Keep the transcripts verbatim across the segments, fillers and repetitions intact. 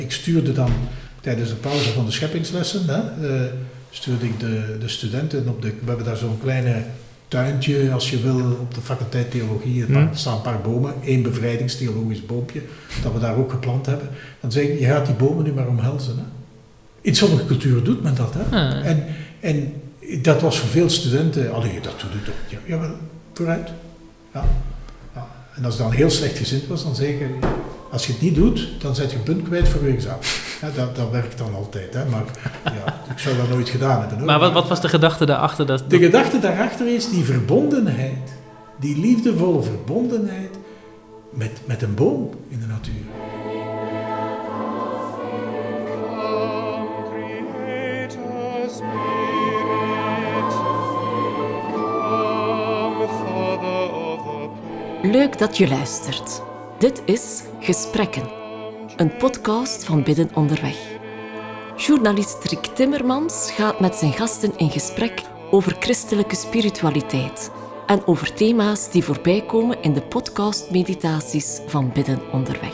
Ik stuurde dan tijdens de pauze van de scheppingslessen, hè, uh, stuurde ik de, de studenten op de... We hebben daar zo'n kleine tuintje, als je wil, op de faculteit theologie. Er hmm. staan een paar bomen, één bevrijdingstheologisch boompje, dat we daar ook geplant hebben. Dan zeg ik, je gaat die bomen nu maar omhelzen. Hè. In sommige culturen doet men dat. Hè. Hmm. En, en dat was voor veel studenten, allee, dat doe je toch. Ja, jawel, vooruit. Ja. Ja. En als het dan heel slecht gezind was, dan zeg ik, als je het niet doet, dan zet je een punt kwijt voor je examen. Ja, dat, dat werkt dan altijd, hè. Maar ja, ik zou dat nooit gedaan hebben. Hoor. Maar wat, wat was de gedachte daarachter? Dat, de gedachte daarachter is die verbondenheid, die liefdevolle verbondenheid met, met een boom in de natuur. Leuk dat je luistert. Dit is Gesprekken, een podcast van Bidden Onderweg. Journalist Rick Timmermans gaat met zijn gasten in gesprek over christelijke spiritualiteit en over thema's die voorbij komen in de podcastmeditaties van Bidden Onderweg.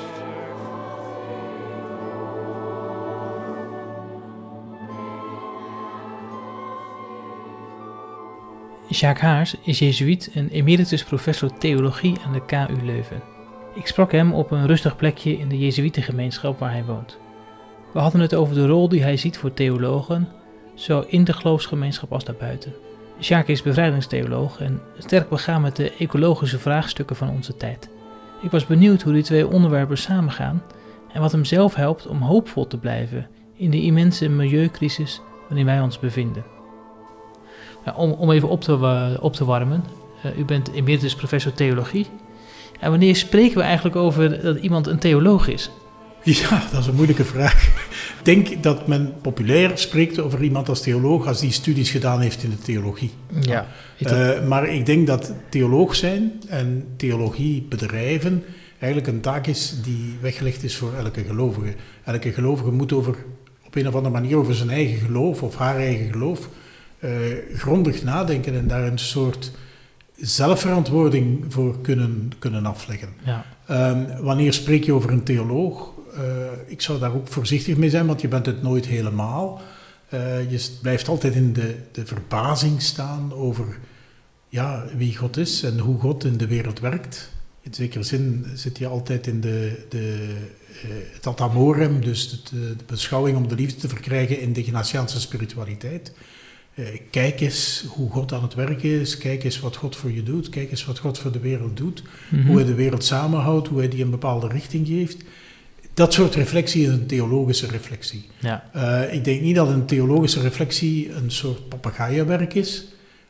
Jacques Haars is jezuïet en emeritus professor theologie aan de K U Leuven. Ik sprak hem op een rustig plekje in de jezuïetengemeenschap waar hij woont. We hadden het over de rol die hij ziet voor theologen, zowel in de geloofsgemeenschap als daarbuiten. Jacques is bevrijdingstheoloog en sterk begaan met de ecologische vraagstukken van onze tijd. Ik was benieuwd hoe die twee onderwerpen samengaan en wat hem zelf helpt om hoopvol te blijven in de immense milieucrisis waarin wij ons bevinden. Ja, om, om even op te, uh, op te warmen, uh, u bent emeritus professor theologie. En wanneer spreken we eigenlijk over dat iemand een theoloog is? Ja, dat is een moeilijke vraag. Ik denk dat men populair spreekt over iemand als theoloog als die studies gedaan heeft in de theologie. Ja, uh, maar ik denk dat theoloog zijn en theologie bedrijven eigenlijk een taak is die weggelegd is voor elke gelovige. Elke gelovige moet over, op een of andere manier over zijn eigen geloof of haar eigen geloof uh, grondig nadenken en daar een soort zelfverantwoording voor kunnen, kunnen afleggen. Ja. Um, wanneer spreek je over een theoloog? Uh, ik zou daar ook voorzichtig mee zijn, want je bent het nooit helemaal. Uh, je blijft altijd in de, de verbazing staan over ja, wie God is en hoe God in de wereld werkt. In zekere zin zit je altijd in de, de, uh, het ad amorem, dus de, de beschouwing om de liefde te verkrijgen in de Ignatiaanse spiritualiteit. Uh, kijk eens hoe God aan het werken is, kijk eens wat God voor je doet, kijk eens wat God voor de wereld doet, mm-hmm. hoe hij de wereld samenhoudt, hoe hij die een bepaalde richting geeft. Dat soort reflectie is een theologische reflectie. Ja. Uh, ik denk niet dat een theologische reflectie een soort papegaaienwerk is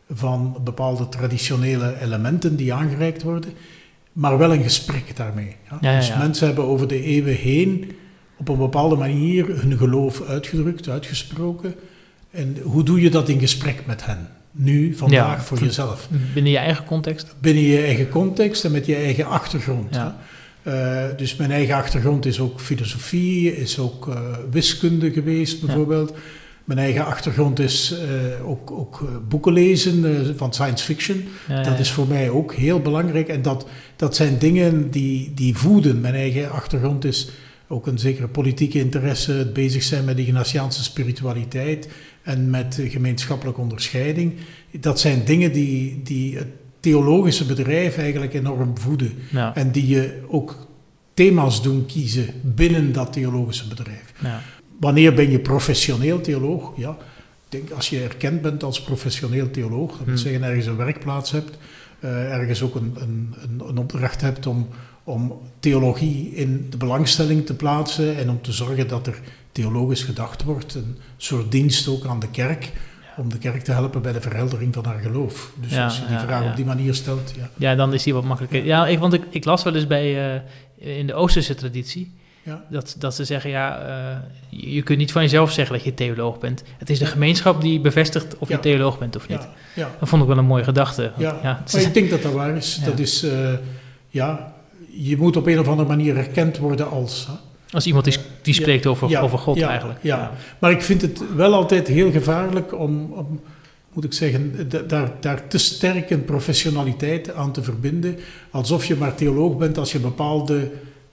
van bepaalde traditionele elementen die aangereikt worden, maar wel een gesprek daarmee. Ja? Ja, ja, dus ja. mensen hebben over de eeuwen heen op een bepaalde manier hun geloof uitgedrukt, uitgesproken. En hoe doe je dat in gesprek met hen? Nu, vandaag, ja, voor jezelf. Binnen je eigen context? Binnen je eigen context en met je eigen achtergrond. Ja. Uh, dus mijn eigen achtergrond is ook filosofie, is ook uh, wiskunde geweest bijvoorbeeld. Ja. Mijn eigen achtergrond is uh, ook, ook uh, boeken lezen uh, van science fiction. Ja, ja, ja. Dat is voor mij ook heel belangrijk. En dat, dat zijn dingen die, die voeden. Mijn eigen achtergrond is ook een zekere politieke interesse, het bezig zijn met de Ignatiaanse spiritualiteit en met gemeenschappelijke onderscheiding. Dat zijn dingen die, die het theologische bedrijf eigenlijk enorm voeden. Ja. En die je ook thema's doen kiezen binnen dat theologische bedrijf. Ja. Wanneer ben je professioneel theoloog? Ja, ik denk als je erkend bent als professioneel theoloog, dat wil hmm. zeggen ergens een werkplaats hebt, uh, ergens ook een, een, een opdracht hebt om, om theologie in de belangstelling te plaatsen en om te zorgen dat er theologisch gedacht wordt. Een soort dienst ook aan de kerk, om de kerk te helpen bij de verheldering van haar geloof. Dus ja, als je die ja, vraag ja. op die manier stelt... Ja, ja dan is die wat makkelijker. Ja, ik, want ik, ik las wel eens bij, uh, in de Oosterse traditie, ja. dat, dat ze zeggen, ja, uh, je, je kunt niet van jezelf zeggen dat je theoloog bent. Het is de gemeenschap die bevestigt of ja. je theoloog bent of niet. Ja, ja. Dat vond ik wel een mooie gedachte. Want, ja. Ja, maar ik denk dat dat waar is. Ja. Dat is, uh, ja, je moet op een of andere manier erkend worden als... Hè. Als iemand die, die spreekt ja. over, Ja. over God ja. eigenlijk. Ja. Ja. Maar ik vind het wel altijd heel gevaarlijk om... om moet ik zeggen, d- daar, daar te sterk een professionaliteit aan te verbinden, alsof je maar theoloog bent als je bepaalde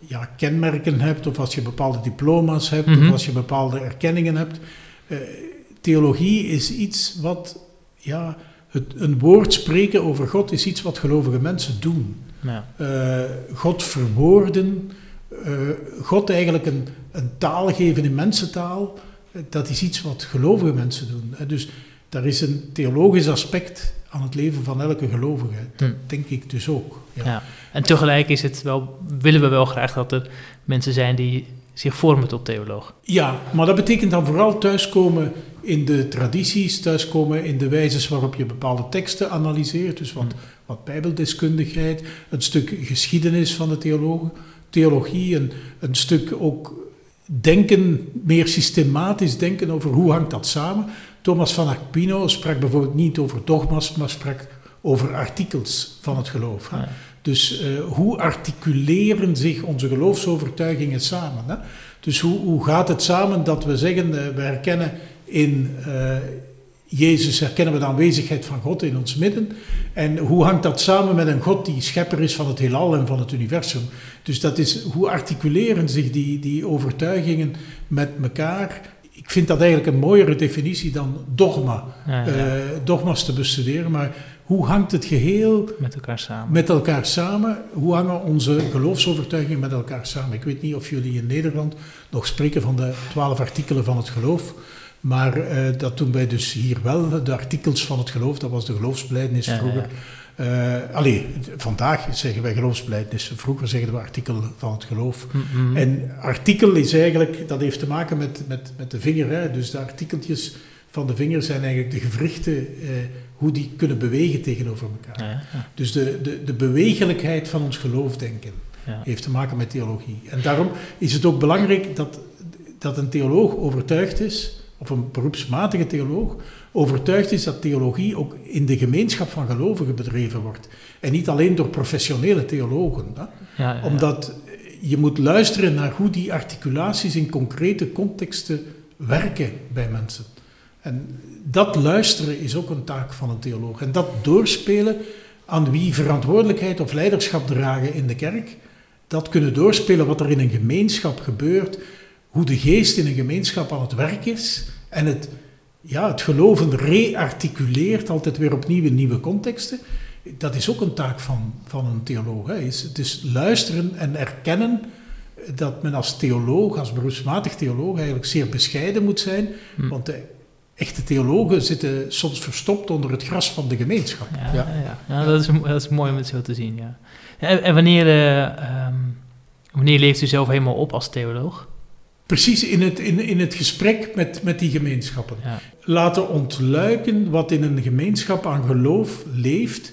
ja, kenmerken hebt, of als je bepaalde diploma's hebt, Mm-hmm. of als je bepaalde erkenningen hebt. Uh, theologie is iets wat, ja, het, een woord spreken over God is iets wat gelovige mensen doen. Ja. Uh, God verwoorden, uh, God eigenlijk een, een taal geven in mensentaal, uh, dat is iets wat gelovige mensen doen. Uh, dus daar is een theologisch aspect aan het leven van elke gelovige. Dat hm. denk ik dus ook. Ja. Ja. En tegelijk is het wel, willen we wel graag dat er mensen zijn die zich vormen tot theoloog. Ja, maar dat betekent dan vooral thuiskomen in de tradities, thuiskomen in de wijzes waarop je bepaalde teksten analyseert. Dus wat, wat bijbeldeskundigheid, een stuk geschiedenis van de theologen, theologie, een, een stuk ook denken, meer systematisch denken over hoe hangt dat samen. Thomas van Aquino sprak bijvoorbeeld niet over dogma's, maar sprak over artikels van het geloof. Hè? Ja. Dus uh, hoe articuleren zich onze geloofsovertuigingen samen? Hè? Dus hoe, hoe gaat het samen dat we zeggen, uh, we herkennen in uh, Jezus, herkennen we de aanwezigheid van God in ons midden. En hoe hangt dat samen met een God die schepper is van het heelal en van het universum? Dus dat is, hoe articuleren zich die, die overtuigingen met elkaar? Ik vind dat eigenlijk een mooiere definitie dan dogma. Ja, ja. Uh, dogma's te bestuderen, maar hoe hangt het geheel met elkaar samen? Met elkaar samen? Hoe hangen onze geloofsovertuigingen met elkaar samen? Ik weet niet of jullie in Nederland nog spreken van de twaalf artikelen van het geloof, maar uh, dat doen wij dus hier wel. De artikels van het geloof, dat was de geloofsbelijdenis ja, vroeger. Ja. Uh, allee, vandaag zeggen wij geloofsbelijdenis, vroeger zeggen we artikel van het geloof. Mm-hmm. En artikel is eigenlijk, dat heeft te maken met, met, met de vinger. Hè? Dus de artikeltjes van de vinger zijn eigenlijk de gewrichten, uh, hoe die kunnen bewegen tegenover elkaar. Ja, ja. Dus de, de, de bewegelijkheid van ons geloofdenken ja. heeft te maken met theologie. En daarom is het ook belangrijk dat, dat een theoloog overtuigd is, of een beroepsmatige theoloog, overtuigd is dat theologie ook in de gemeenschap van gelovigen bedreven wordt. En niet alleen door professionele theologen. Hè? Ja, ja, ja. Omdat je moet luisteren naar hoe die articulaties in concrete contexten werken bij mensen. En dat luisteren is ook een taak van een theoloog. En dat doorspelen aan wie verantwoordelijkheid of leiderschap dragen in de kerk, dat kunnen doorspelen wat er in een gemeenschap gebeurt, hoe de geest in een gemeenschap aan het werk is en het, ja, het geloven rearticuleert altijd weer opnieuw in nieuwe contexten. Dat is ook een taak van, van een theoloog. Hè. Het is luisteren en erkennen dat men als theoloog, als beroepsmatig theoloog eigenlijk zeer bescheiden moet zijn, hm. want de echte theologen zitten soms verstopt onder het gras van de gemeenschap. Ja, ja. ja. ja dat, is, dat is mooi om het zo te zien, ja. En, en wanneer, uh, um, wanneer leeft u zelf helemaal op als theoloog? Precies in het, in, in het gesprek met, met die gemeenschappen. Ja. Laten ontluiken wat in een gemeenschap aan geloof leeft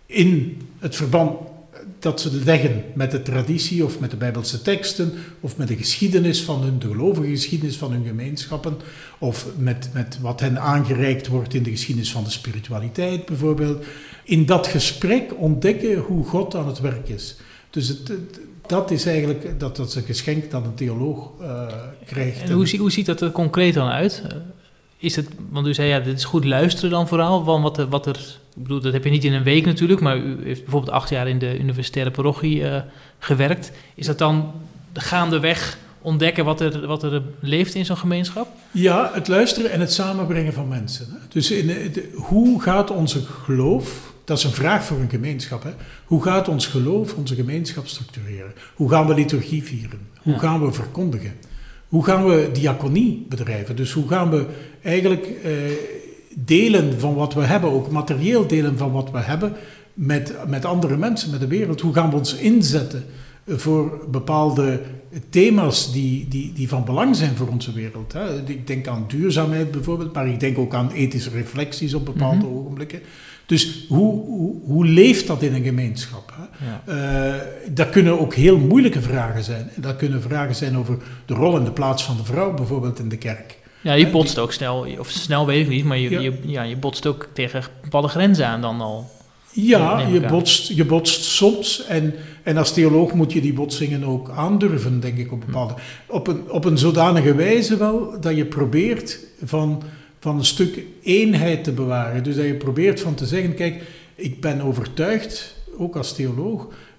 in het verband dat ze leggen met de traditie of met de Bijbelse teksten of met de geschiedenis van hun, de gelovige geschiedenis van hun gemeenschappen of met, met wat hen aangereikt wordt in de geschiedenis van de spiritualiteit bijvoorbeeld. In dat gesprek ontdekken hoe God aan het werk is. Dus het, het, dat is eigenlijk dat, dat is een geschenk dat een theoloog uh, krijgt. En hoe, hoe ziet dat er concreet dan uit? Is het, want u zei, ja, dit is goed luisteren dan vooral, van wat er, wat er, ik bedoel, dat heb je niet in een week natuurlijk, maar u heeft bijvoorbeeld acht jaar in de universitaire parochie uh, gewerkt. Is dat dan gaandeweg ontdekken wat er, wat er leeft in zo'n gemeenschap? Ja, het luisteren en het samenbrengen van mensen. Hè. Dus in de, de, hoe gaat onze geloof, dat is een vraag voor een gemeenschap, hè. Hoe gaat ons geloof onze gemeenschap structureren? Hoe gaan we liturgie vieren? Hoe ja. gaan we verkondigen? Hoe gaan we diaconie bedrijven? Dus hoe gaan we eigenlijk eh, delen van wat we hebben, ook materieel delen van wat we hebben, met, met andere mensen, met de wereld? Hoe gaan we ons inzetten voor bepaalde thema's die, die, die van belang zijn voor onze wereld? Hè? Ik denk aan duurzaamheid bijvoorbeeld, maar ik denk ook aan ethische reflecties op bepaalde mm-hmm. ogenblikken. Dus hoe, hoe, hoe leeft dat in een gemeenschap? Hè? Ja. Uh, dat kunnen ook heel moeilijke vragen zijn. Dat kunnen vragen zijn over de rol en de plaats van de vrouw, bijvoorbeeld in de kerk. Ja, je botst ook snel, of snel weet ik niet, maar je, ja. Je, ja, je botst ook tegen bepaalde grenzen aan dan al. Ja, je botst, je botst soms en, en als theoloog moet je die botsingen ook aandurven, denk ik, op bepaalde... Op een, op een zodanige wijze wel, dat je probeert van... van een stuk eenheid te bewaren. Dus dat je probeert van te zeggen, kijk, ik ben overtuigd, ook als theoloog,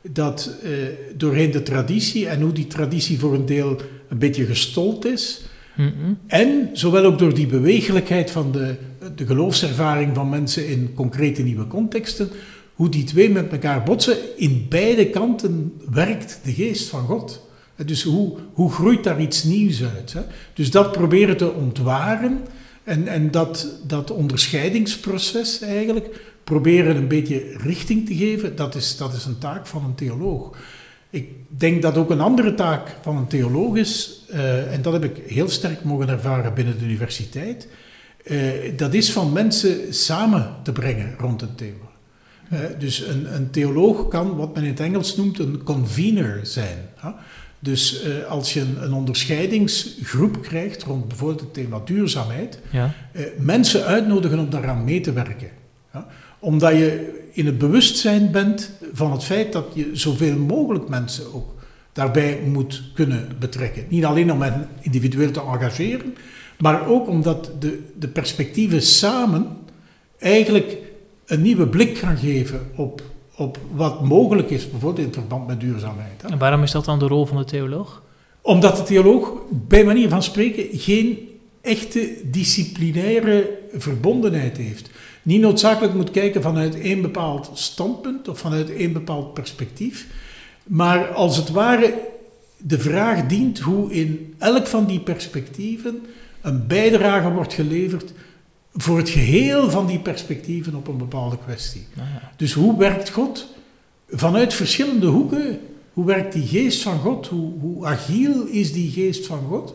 dat uh, doorheen de traditie en hoe die traditie voor een deel een beetje gestold is. Mm-hmm. En zowel ook door die bewegelijkheid van de, de geloofservaring van mensen in concrete nieuwe contexten, hoe die twee met elkaar botsen, in beide kanten werkt de geest van God. Dus hoe, hoe groeit daar iets nieuws uit? Hè? Dus dat proberen te ontwaren en, en dat, dat onderscheidingsproces eigenlijk proberen een beetje richting te geven, dat is, dat is een taak van een theoloog. Ik denk dat ook een andere taak van een theoloog is, uh, en dat heb ik heel sterk mogen ervaren binnen de universiteit, uh, dat is van mensen samen te brengen rond een thema. Uh, dus een, een theoloog kan, wat men in het Engels noemt, een convener zijn. Huh? Dus uh, als je een, een onderscheidingsgroep krijgt rond bijvoorbeeld het thema duurzaamheid, ja. uh, mensen uitnodigen om daaraan mee te werken. Huh? Omdat je in het bewustzijn bent van het feit dat je zoveel mogelijk mensen ook daarbij moet kunnen betrekken. Niet alleen om hen individueel te engageren, maar ook omdat de, de perspectieven samen eigenlijk een nieuwe blik gaan geven op, op wat mogelijk is, bijvoorbeeld in verband met duurzaamheid. Hè. En waarom is dat dan de rol van de theoloog? Omdat de theoloog, bij manier van spreken, geen echte disciplinaire verbondenheid heeft. Niet noodzakelijk moet kijken vanuit één bepaald standpunt of vanuit één bepaald perspectief, maar als het ware de vraag dient hoe in elk van die perspectieven een bijdrage wordt geleverd voor het geheel van die perspectieven op een bepaalde kwestie. Ah, ja. Dus hoe werkt God vanuit verschillende hoeken? Hoe werkt die geest van God? Hoe, hoe agiel is die geest van God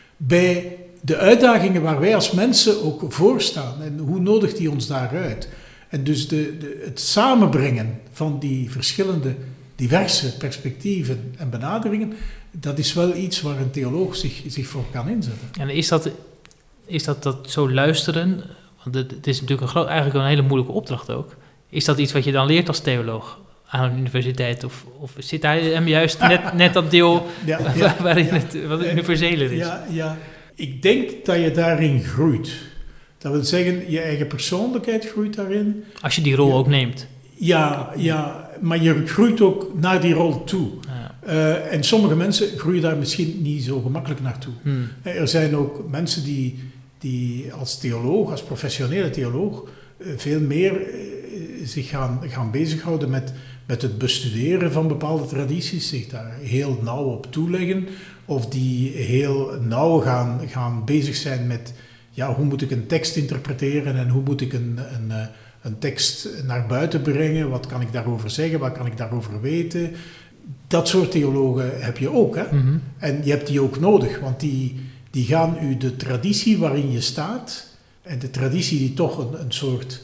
bij de uitdagingen waar wij als mensen ook voor staan? En hoe nodigt die ons daaruit? En dus de, de, het samenbrengen van die verschillende, diverse perspectieven en benaderingen, dat is wel iets waar een theoloog zich, zich voor kan inzetten. En is dat... Is dat, dat zo luisteren, want het, het is natuurlijk een groot, eigenlijk een hele moeilijke opdracht ook. Is dat iets wat je dan leert als theoloog aan een universiteit? Of, of zit daar hem juist net, net dat deel ja, ja, waarin ja, het wat universeler is? Ja, ja, ik denk dat je daarin groeit. Dat wil zeggen, je eigen persoonlijkheid groeit daarin. Als je die rol ja, ook neemt. Ja, ja, maar je groeit ook naar die rol toe. Ja. Uh, en sommige mensen groeien daar misschien niet zo gemakkelijk naartoe. Hmm. Er zijn ook mensen die... die als theoloog, als professionele theoloog, veel meer zich gaan, gaan bezighouden met, met het bestuderen van bepaalde tradities, zich daar heel nauw op toeleggen, of die heel nauw gaan, gaan bezig zijn met, ja, hoe moet ik een tekst interpreteren en hoe moet ik een, een, een tekst naar buiten brengen, wat kan ik daarover zeggen, wat kan ik daarover weten. Dat soort theologen heb je ook, hè? Mm-hmm. En je hebt die ook nodig, want die... Die gaan u de traditie waarin je staat, en de traditie die toch een, een soort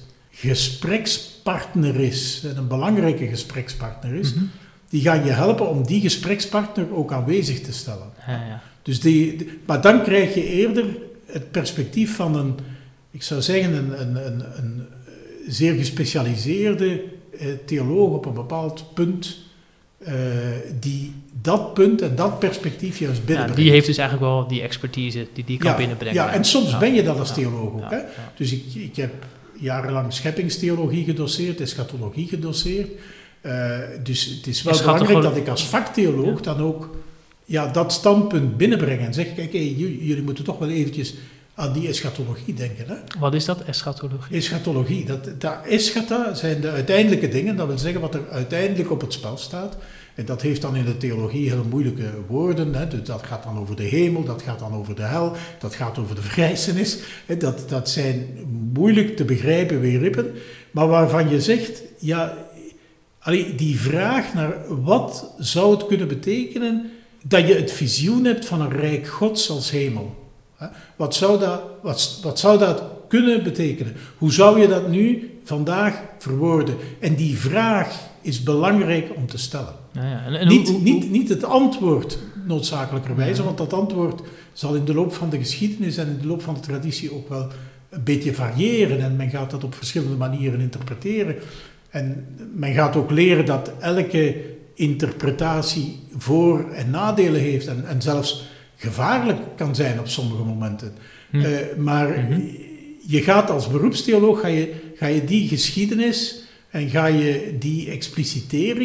gesprekspartner is, en een belangrijke gesprekspartner is, mm-hmm. die gaan je helpen om die gesprekspartner ook aanwezig te stellen. Ja, ja. Dus die, die, maar dan krijg je eerder het perspectief van een, ik zou zeggen, een, een, een, een zeer gespecialiseerde eh, theoloog op een bepaald punt, Uh, die dat punt en dat perspectief juist binnenbrengt. Ja, die heeft dus eigenlijk wel die expertise die die kan ja, binnenbrengen. Ja, en soms ja. ben je dat als theoloog ook. Ja, Hè? ja. Dus ik, ik heb jarenlang scheppingstheologie gedoseerd, eschatologie gedoseerd. Uh, dus het is wel Eschatolo- belangrijk dat ik als vaktheoloog ja. dan ook ja, dat standpunt binnenbreng en zeg, kijk, hey, j- jullie moeten toch wel eventjes aan die eschatologie denken. Hè? Wat is dat, eschatologie? Eschatologie, dat, dat eschata zijn de uiteindelijke dingen, dat wil zeggen wat er uiteindelijk op het spel staat. En dat heeft dan in de theologie heel moeilijke woorden. Hè. Dus dat gaat dan over de hemel, dat gaat dan over de hel, dat gaat over de verrijzenis. Hè. Dat, dat zijn moeilijk te begrijpen begrippen, maar waarvan je zegt, ja, allee, die vraag naar wat zou het kunnen betekenen dat je het visioen hebt van een rijk Gods als hemel. Wat zou dat, wat, wat zou dat kunnen betekenen? Hoe zou je dat nu vandaag verwoorden? En die vraag is belangrijk om te stellen. Ja, ja. En, en niet, hoe, hoe, niet, niet het antwoord noodzakelijkerwijze, ja. want dat antwoord zal in de loop van de geschiedenis en in de loop van de traditie ook wel een beetje variëren. En men gaat dat op verschillende manieren interpreteren. En men gaat ook leren dat elke interpretatie voor- en nadelen heeft en, en zelfs gevaarlijk kan zijn op sommige momenten. Hm. Uh, maar mm-hmm. je gaat als beroepstheoloog, ga je, ga je die geschiedenis en ga je die explicitering,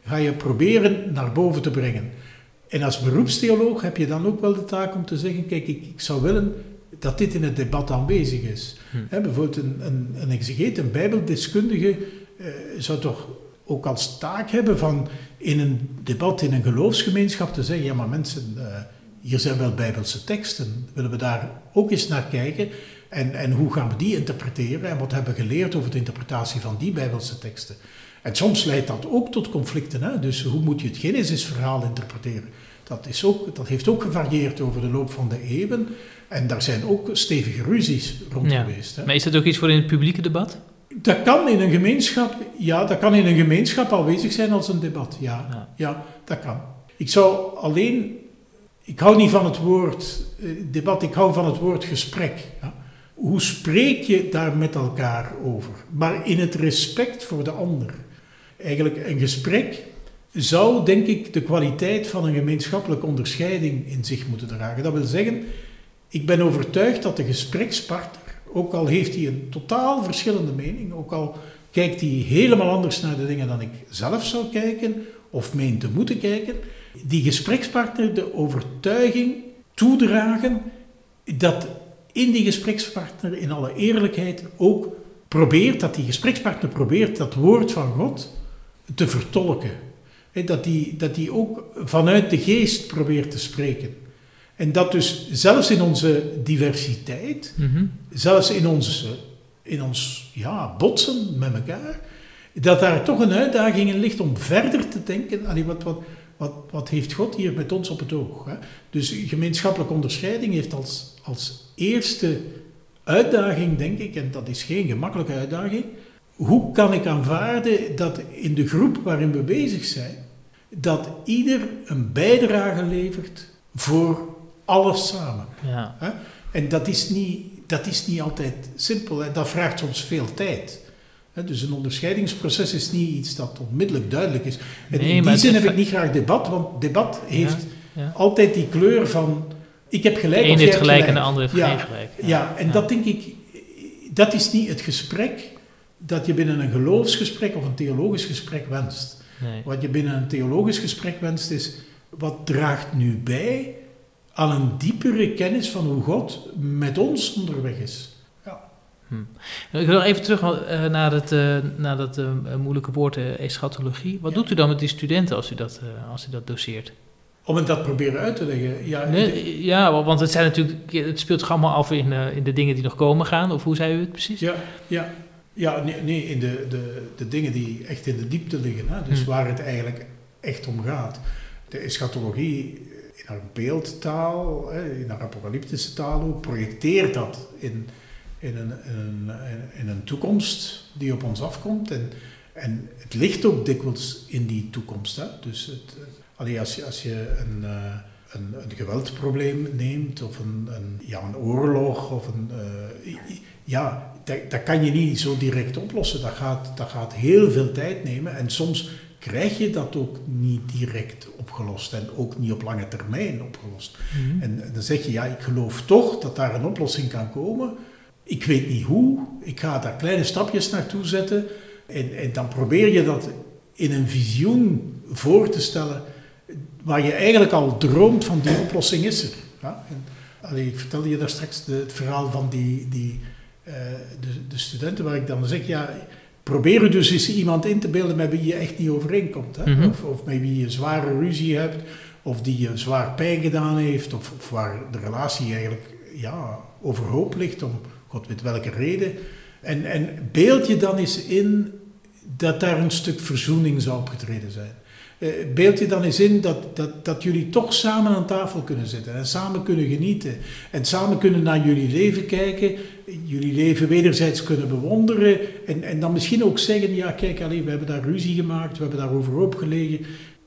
ga je proberen naar boven te brengen. En als beroepstheoloog heb je dan ook wel de taak om te zeggen, kijk, ik, ik zou willen dat dit in het debat aanwezig is. Hm. He, bijvoorbeeld een, een, een exegeet, een bijbeldeskundige, uh, zou toch ook als taak hebben van in een debat, in een geloofsgemeenschap te zeggen, ja maar mensen, uh, hier zijn wel bijbelse teksten, willen we daar ook eens naar kijken en, en hoe gaan we die interpreteren en wat hebben we geleerd over de interpretatie van die bijbelse teksten. En soms leidt dat ook tot conflicten, hè? Dus hoe moet je het Genesis-verhaal interpreteren? Dat, is ook, dat heeft ook gevarieerd over de loop van de eeuwen en daar zijn ook stevige ruzies rond ja. geweest. Hè? Maar is dat ook iets voor in het publieke debat? Dat kan in een gemeenschap, ja, dat kan in een gemeenschap aanwezig zijn als een debat, ja. Ja, ja dat kan. Ik zou alleen, ik hou niet van het woord eh, debat, ik hou van het woord gesprek. Ja. Hoe spreek je daar met elkaar over? Maar in het respect voor de ander. Eigenlijk een gesprek zou, denk ik, de kwaliteit van een gemeenschappelijke onderscheiding in zich moeten dragen. Dat wil zeggen, ik ben overtuigd dat de gesprekspartner, ook al heeft hij een totaal verschillende mening, ook al kijkt hij helemaal anders naar de dingen dan ik zelf zou kijken, of meen te moeten kijken, die gesprekspartner de overtuiging toedragen dat in die gesprekspartner in alle eerlijkheid ook probeert, dat die gesprekspartner probeert dat woord van God te vertolken. Dat die, dat die ook vanuit de geest probeert te spreken. En dat dus zelfs in onze diversiteit, mm-hmm. zelfs in ons, in ons ja, botsen met elkaar, dat daar toch een uitdaging in ligt om verder te denken. Allee, wat, wat, wat, wat heeft God hier met ons op het oog? Hè? Dus gemeenschappelijke onderscheiding heeft als, als eerste uitdaging, denk ik, en dat is geen gemakkelijke uitdaging, hoe kan ik aanvaarden dat in de groep waarin we bezig zijn, dat ieder een bijdrage levert voor alles samen. Ja. Hè? En dat is, niet, dat is niet altijd simpel, hè? Dat vraagt soms veel tijd. Hè? Dus een onderscheidingsproces is niet iets dat onmiddellijk duidelijk is. En nee, in die zin heb ik niet graag debat, want debat heeft ja, ja. altijd die kleur van ik heb gelijk de een of heeft jij gelijk, gelijk en de ander heeft ja, geen gelijk. Ja, ja en ja. dat denk ik, dat is niet het gesprek dat je binnen een geloofsgesprek of een theologisch gesprek wenst. Nee. Wat je binnen een theologisch gesprek wenst is, wat draagt nu bij aan een diepere kennis van hoe God met ons onderweg is. Ja. Hm. Ik wil even terug uh, naar, het, uh, naar dat uh, moeilijke woord uh, eschatologie. Wat ja. doet u dan met die studenten als u dat, uh, als u dat doseert? Om het dat proberen uit te leggen. Ja, nee, de... ja want het, zijn natuurlijk, het speelt zich allemaal af in, uh, in de dingen die nog komen gaan. Of hoe zei u het precies? Ja, ja. Ja, nee, nee in de, de, de dingen die echt in de diepte liggen. Hè? Dus hmm. waar het eigenlijk echt om gaat. De eschatologie in haar beeldtaal, in haar apocalyptische taal ook, projecteert dat in, in, een, in, een, in een toekomst die op ons afkomt. En, en het ligt ook dikwijls in die toekomst. Hè? Dus het, allee, als, je, als je een, een, een geweldprobleem neemt, of een, een, ja, een oorlog, of een... Uh, ja, dat, dat kan je niet zo direct oplossen. Dat gaat, dat gaat heel veel tijd nemen en soms krijg je dat ook niet direct opgelost en ook niet op lange termijn opgelost. Mm-hmm. En, en dan zeg je, ja, ik geloof toch dat daar een oplossing kan komen. Ik weet niet hoe, ik ga daar kleine stapjes naartoe zetten en, en dan probeer je dat in een visioen voor te stellen waar je eigenlijk al droomt van die oplossing is er. Ja? En, allee, ik vertelde je daar straks de, het verhaal van die... die Uh, de, de studenten waar ik dan zeg, ja, probeer je dus eens iemand in te beelden met wie je echt niet overeenkomt. Hè? Mm-hmm. Of, of met wie je zware ruzie hebt, of die je zwaar pijn gedaan heeft, of, of waar de relatie eigenlijk ja, overhoop ligt, om god weet welke reden. En, en beeld je dan eens in dat daar een stuk verzoening zou opgetreden zijn. Uh, beeld je dan eens in dat, dat, dat jullie toch samen aan tafel kunnen zitten en samen kunnen genieten en samen kunnen naar jullie leven kijken, jullie leven wederzijds kunnen bewonderen en, en dan misschien ook zeggen, ja kijk, allee, we hebben daar ruzie gemaakt, we hebben daar overhoop gelegen.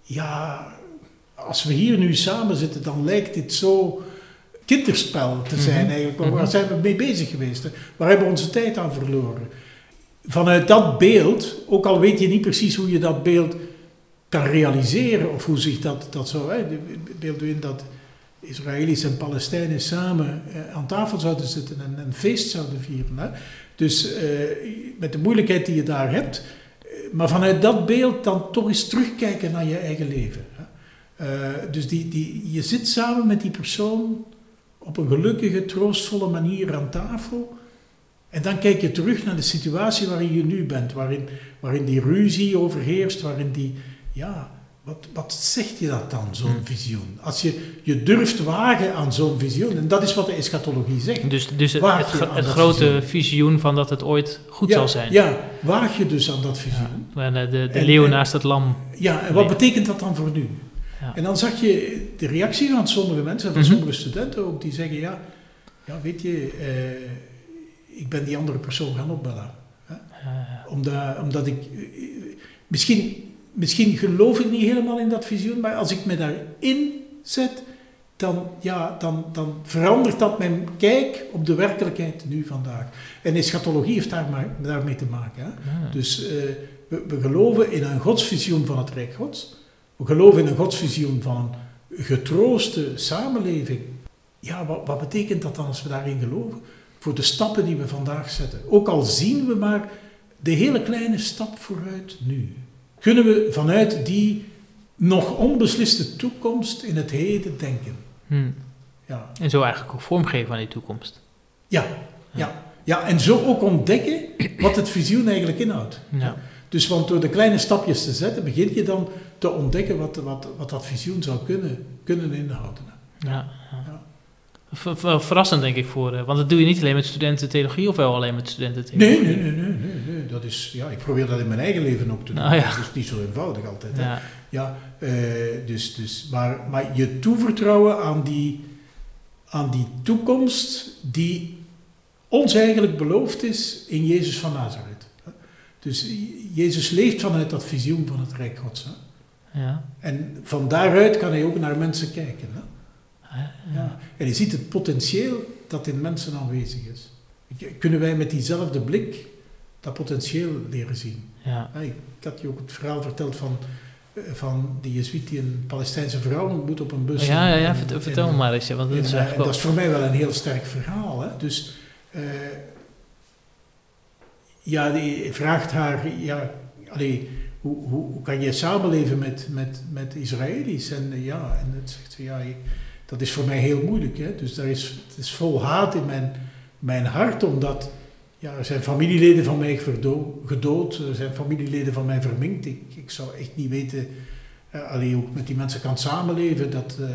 Ja, als we hier nu samen zitten, dan lijkt dit zo kinderspel te zijn eigenlijk. Waar mm-hmm. zijn we mee bezig geweest? Hè? Waar hebben we onze tijd aan verloren? Vanuit dat beeld, ook al weet je niet precies hoe je dat beeld kan realiseren, of hoe zich dat, dat zou... Hè, beeld u in dat Israëli's en Palestijnen samen eh, aan tafel zouden zitten en een feest zouden vieren. Hè. Dus eh, met de moeilijkheid die je daar hebt, eh, maar vanuit dat beeld dan toch eens terugkijken naar je eigen leven. Hè. Uh, dus die, die, je zit samen met die persoon op een gelukkige, troostvolle manier aan tafel. En dan kijk je terug naar de situatie waarin je nu bent. Waarin, waarin die ruzie overheerst, waarin die... Ja, wat, wat zegt je dat dan, zo'n hmm. visioen? Als je je durft wagen aan zo'n visioen, en dat is wat de eschatologie zegt. Dus, dus het, het, het, het grote visioen. visioen van dat het ooit goed ja, zal zijn. Ja, waag je dus aan dat visioen. Ja, de de, de leeuw naast het lam. Ja, en wat betekent dat dan voor nu? Ja. En dan zag je de reactie van sommige mensen, en van mm-hmm. sommige studenten ook, die zeggen, ja, ja weet je, eh, ik ben die andere persoon gaan opbellen. Hè? Ja. Omdat, omdat ik, eh, misschien, misschien geloof ik niet helemaal in dat visioen, maar als ik me daarin zet, dan, ja, dan, dan verandert dat mijn kijk op de werkelijkheid nu vandaag. En eschatologie heeft daar maar, daarmee te maken. Hè? Ja. Dus uh, we, we geloven in een godsvisioen van het Rijk Gods. We geloven in een godsvisioen van een getrooste samenleving. Ja, wat, wat betekent dat dan als we daarin geloven? Voor de stappen die we vandaag zetten. Ook al zien we maar de hele kleine stap vooruit nu. Kunnen we vanuit die nog onbesliste toekomst in het heden denken. Hmm. Ja. En zo eigenlijk ook vormgeven aan die toekomst. Ja, ja. ja, en zo ook ontdekken wat het visioen eigenlijk inhoudt. Ja. Dus want door de kleine stapjes te zetten, begin je dan te ontdekken wat, wat, wat dat visioen zou kunnen, kunnen inhouden. Ja, ja. ja. Ver, ver, verrassend denk ik voor, want dat doe je niet alleen met studenten theologie of wel alleen met studenten theologie? Nee, nee, nee, nee, nee, nee. Dat is, ja, ik probeer dat in mijn eigen leven ook te doen. Nou, ja. Dat is niet zo eenvoudig altijd. Hè? Ja. Ja, uh, dus, dus, maar, maar je toevertrouwen aan die, aan die toekomst die ons eigenlijk beloofd is in Jezus van Nazareth. Dus Jezus leeft vanuit dat visioen van het Rijk Gods. Hè? Ja. En van daaruit kan hij ook naar mensen kijken. Hè? Ja. Ja. En je ziet het potentieel dat in mensen aanwezig is. Kunnen wij met diezelfde blik dat potentieel leren zien? Ja. Ja, ik had je ook het verhaal verteld van, van die Jezuïet die een Palestijnse vrouw ontmoet op een bus. Ja, ja, ja. En, vertel, vertel en, maar eens. Ja, want dat, en, is en dat is voor mij wel een heel sterk verhaal. Hè? Dus uh, ja, die vraagt haar, ja, allee, hoe, hoe, hoe kan je samenleven met, met, met Israëli's? En uh, ja, en het zegt ze, ja, ik, dat is voor mij heel moeilijk. Hè? Dus daar is, het is vol haat in mijn, mijn hart, omdat ja, er zijn familieleden van mij verdo- gedood, er zijn familieleden van mij verminkt. Ik, ik zou echt niet weten, uh, allee, hoe ik met die mensen kan samenleven. Dat, uh,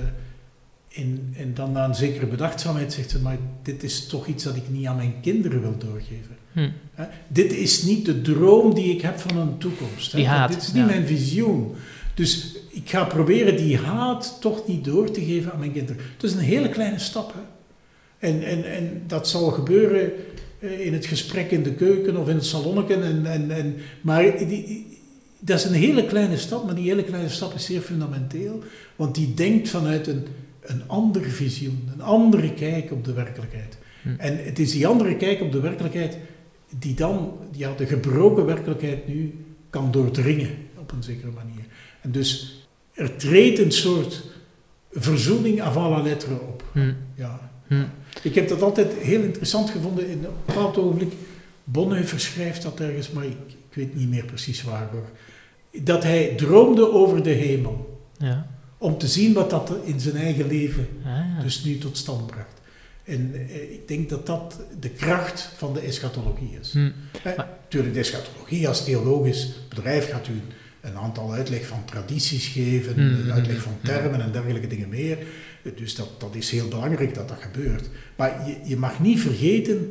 in, en dan na een zekere bedachtzaamheid zegt ze, maar dit is toch iets dat ik niet aan mijn kinderen wil doorgeven. Hm. Uh, dit is niet de droom die ik heb van een toekomst. Die haat, dit is niet ja. mijn visioen. Dus ik ga proberen die haat toch niet door te geven aan mijn kinderen. Het is een hele kleine stap. Hè? En, en, en dat zal gebeuren in het gesprek in de keuken of in het salonnetje. En, en, en, maar die, dat is een hele kleine stap, maar die hele kleine stap is zeer fundamenteel. Want die denkt vanuit een, een ander visioen, een andere kijk op de werkelijkheid. Hm. En het is die andere kijk op de werkelijkheid die dan ja, de gebroken werkelijkheid nu kan doordringen op een zekere manier. En dus er treedt een soort verzoening à la lettre op. Hm. Ja. Hm. Ik heb dat altijd heel interessant gevonden. In een bepaald ogenblik, Bonhoeffer schrijft dat ergens, maar ik, ik weet niet meer precies waar hoor. Dat hij droomde over de hemel. Ja. Om te zien wat dat in zijn eigen leven Ah, ja. dus nu tot stand bracht. En eh, ik denk dat dat de kracht van de eschatologie is. Hm. Eh, natuurlijk, de eschatologie als theologisch bedrijf gaat u een aantal uitleg van tradities geven, hm, een uitleg van hm, termen en dergelijke dingen meer. Dus dat, dat is heel belangrijk dat dat gebeurt. Maar je, je mag niet vergeten,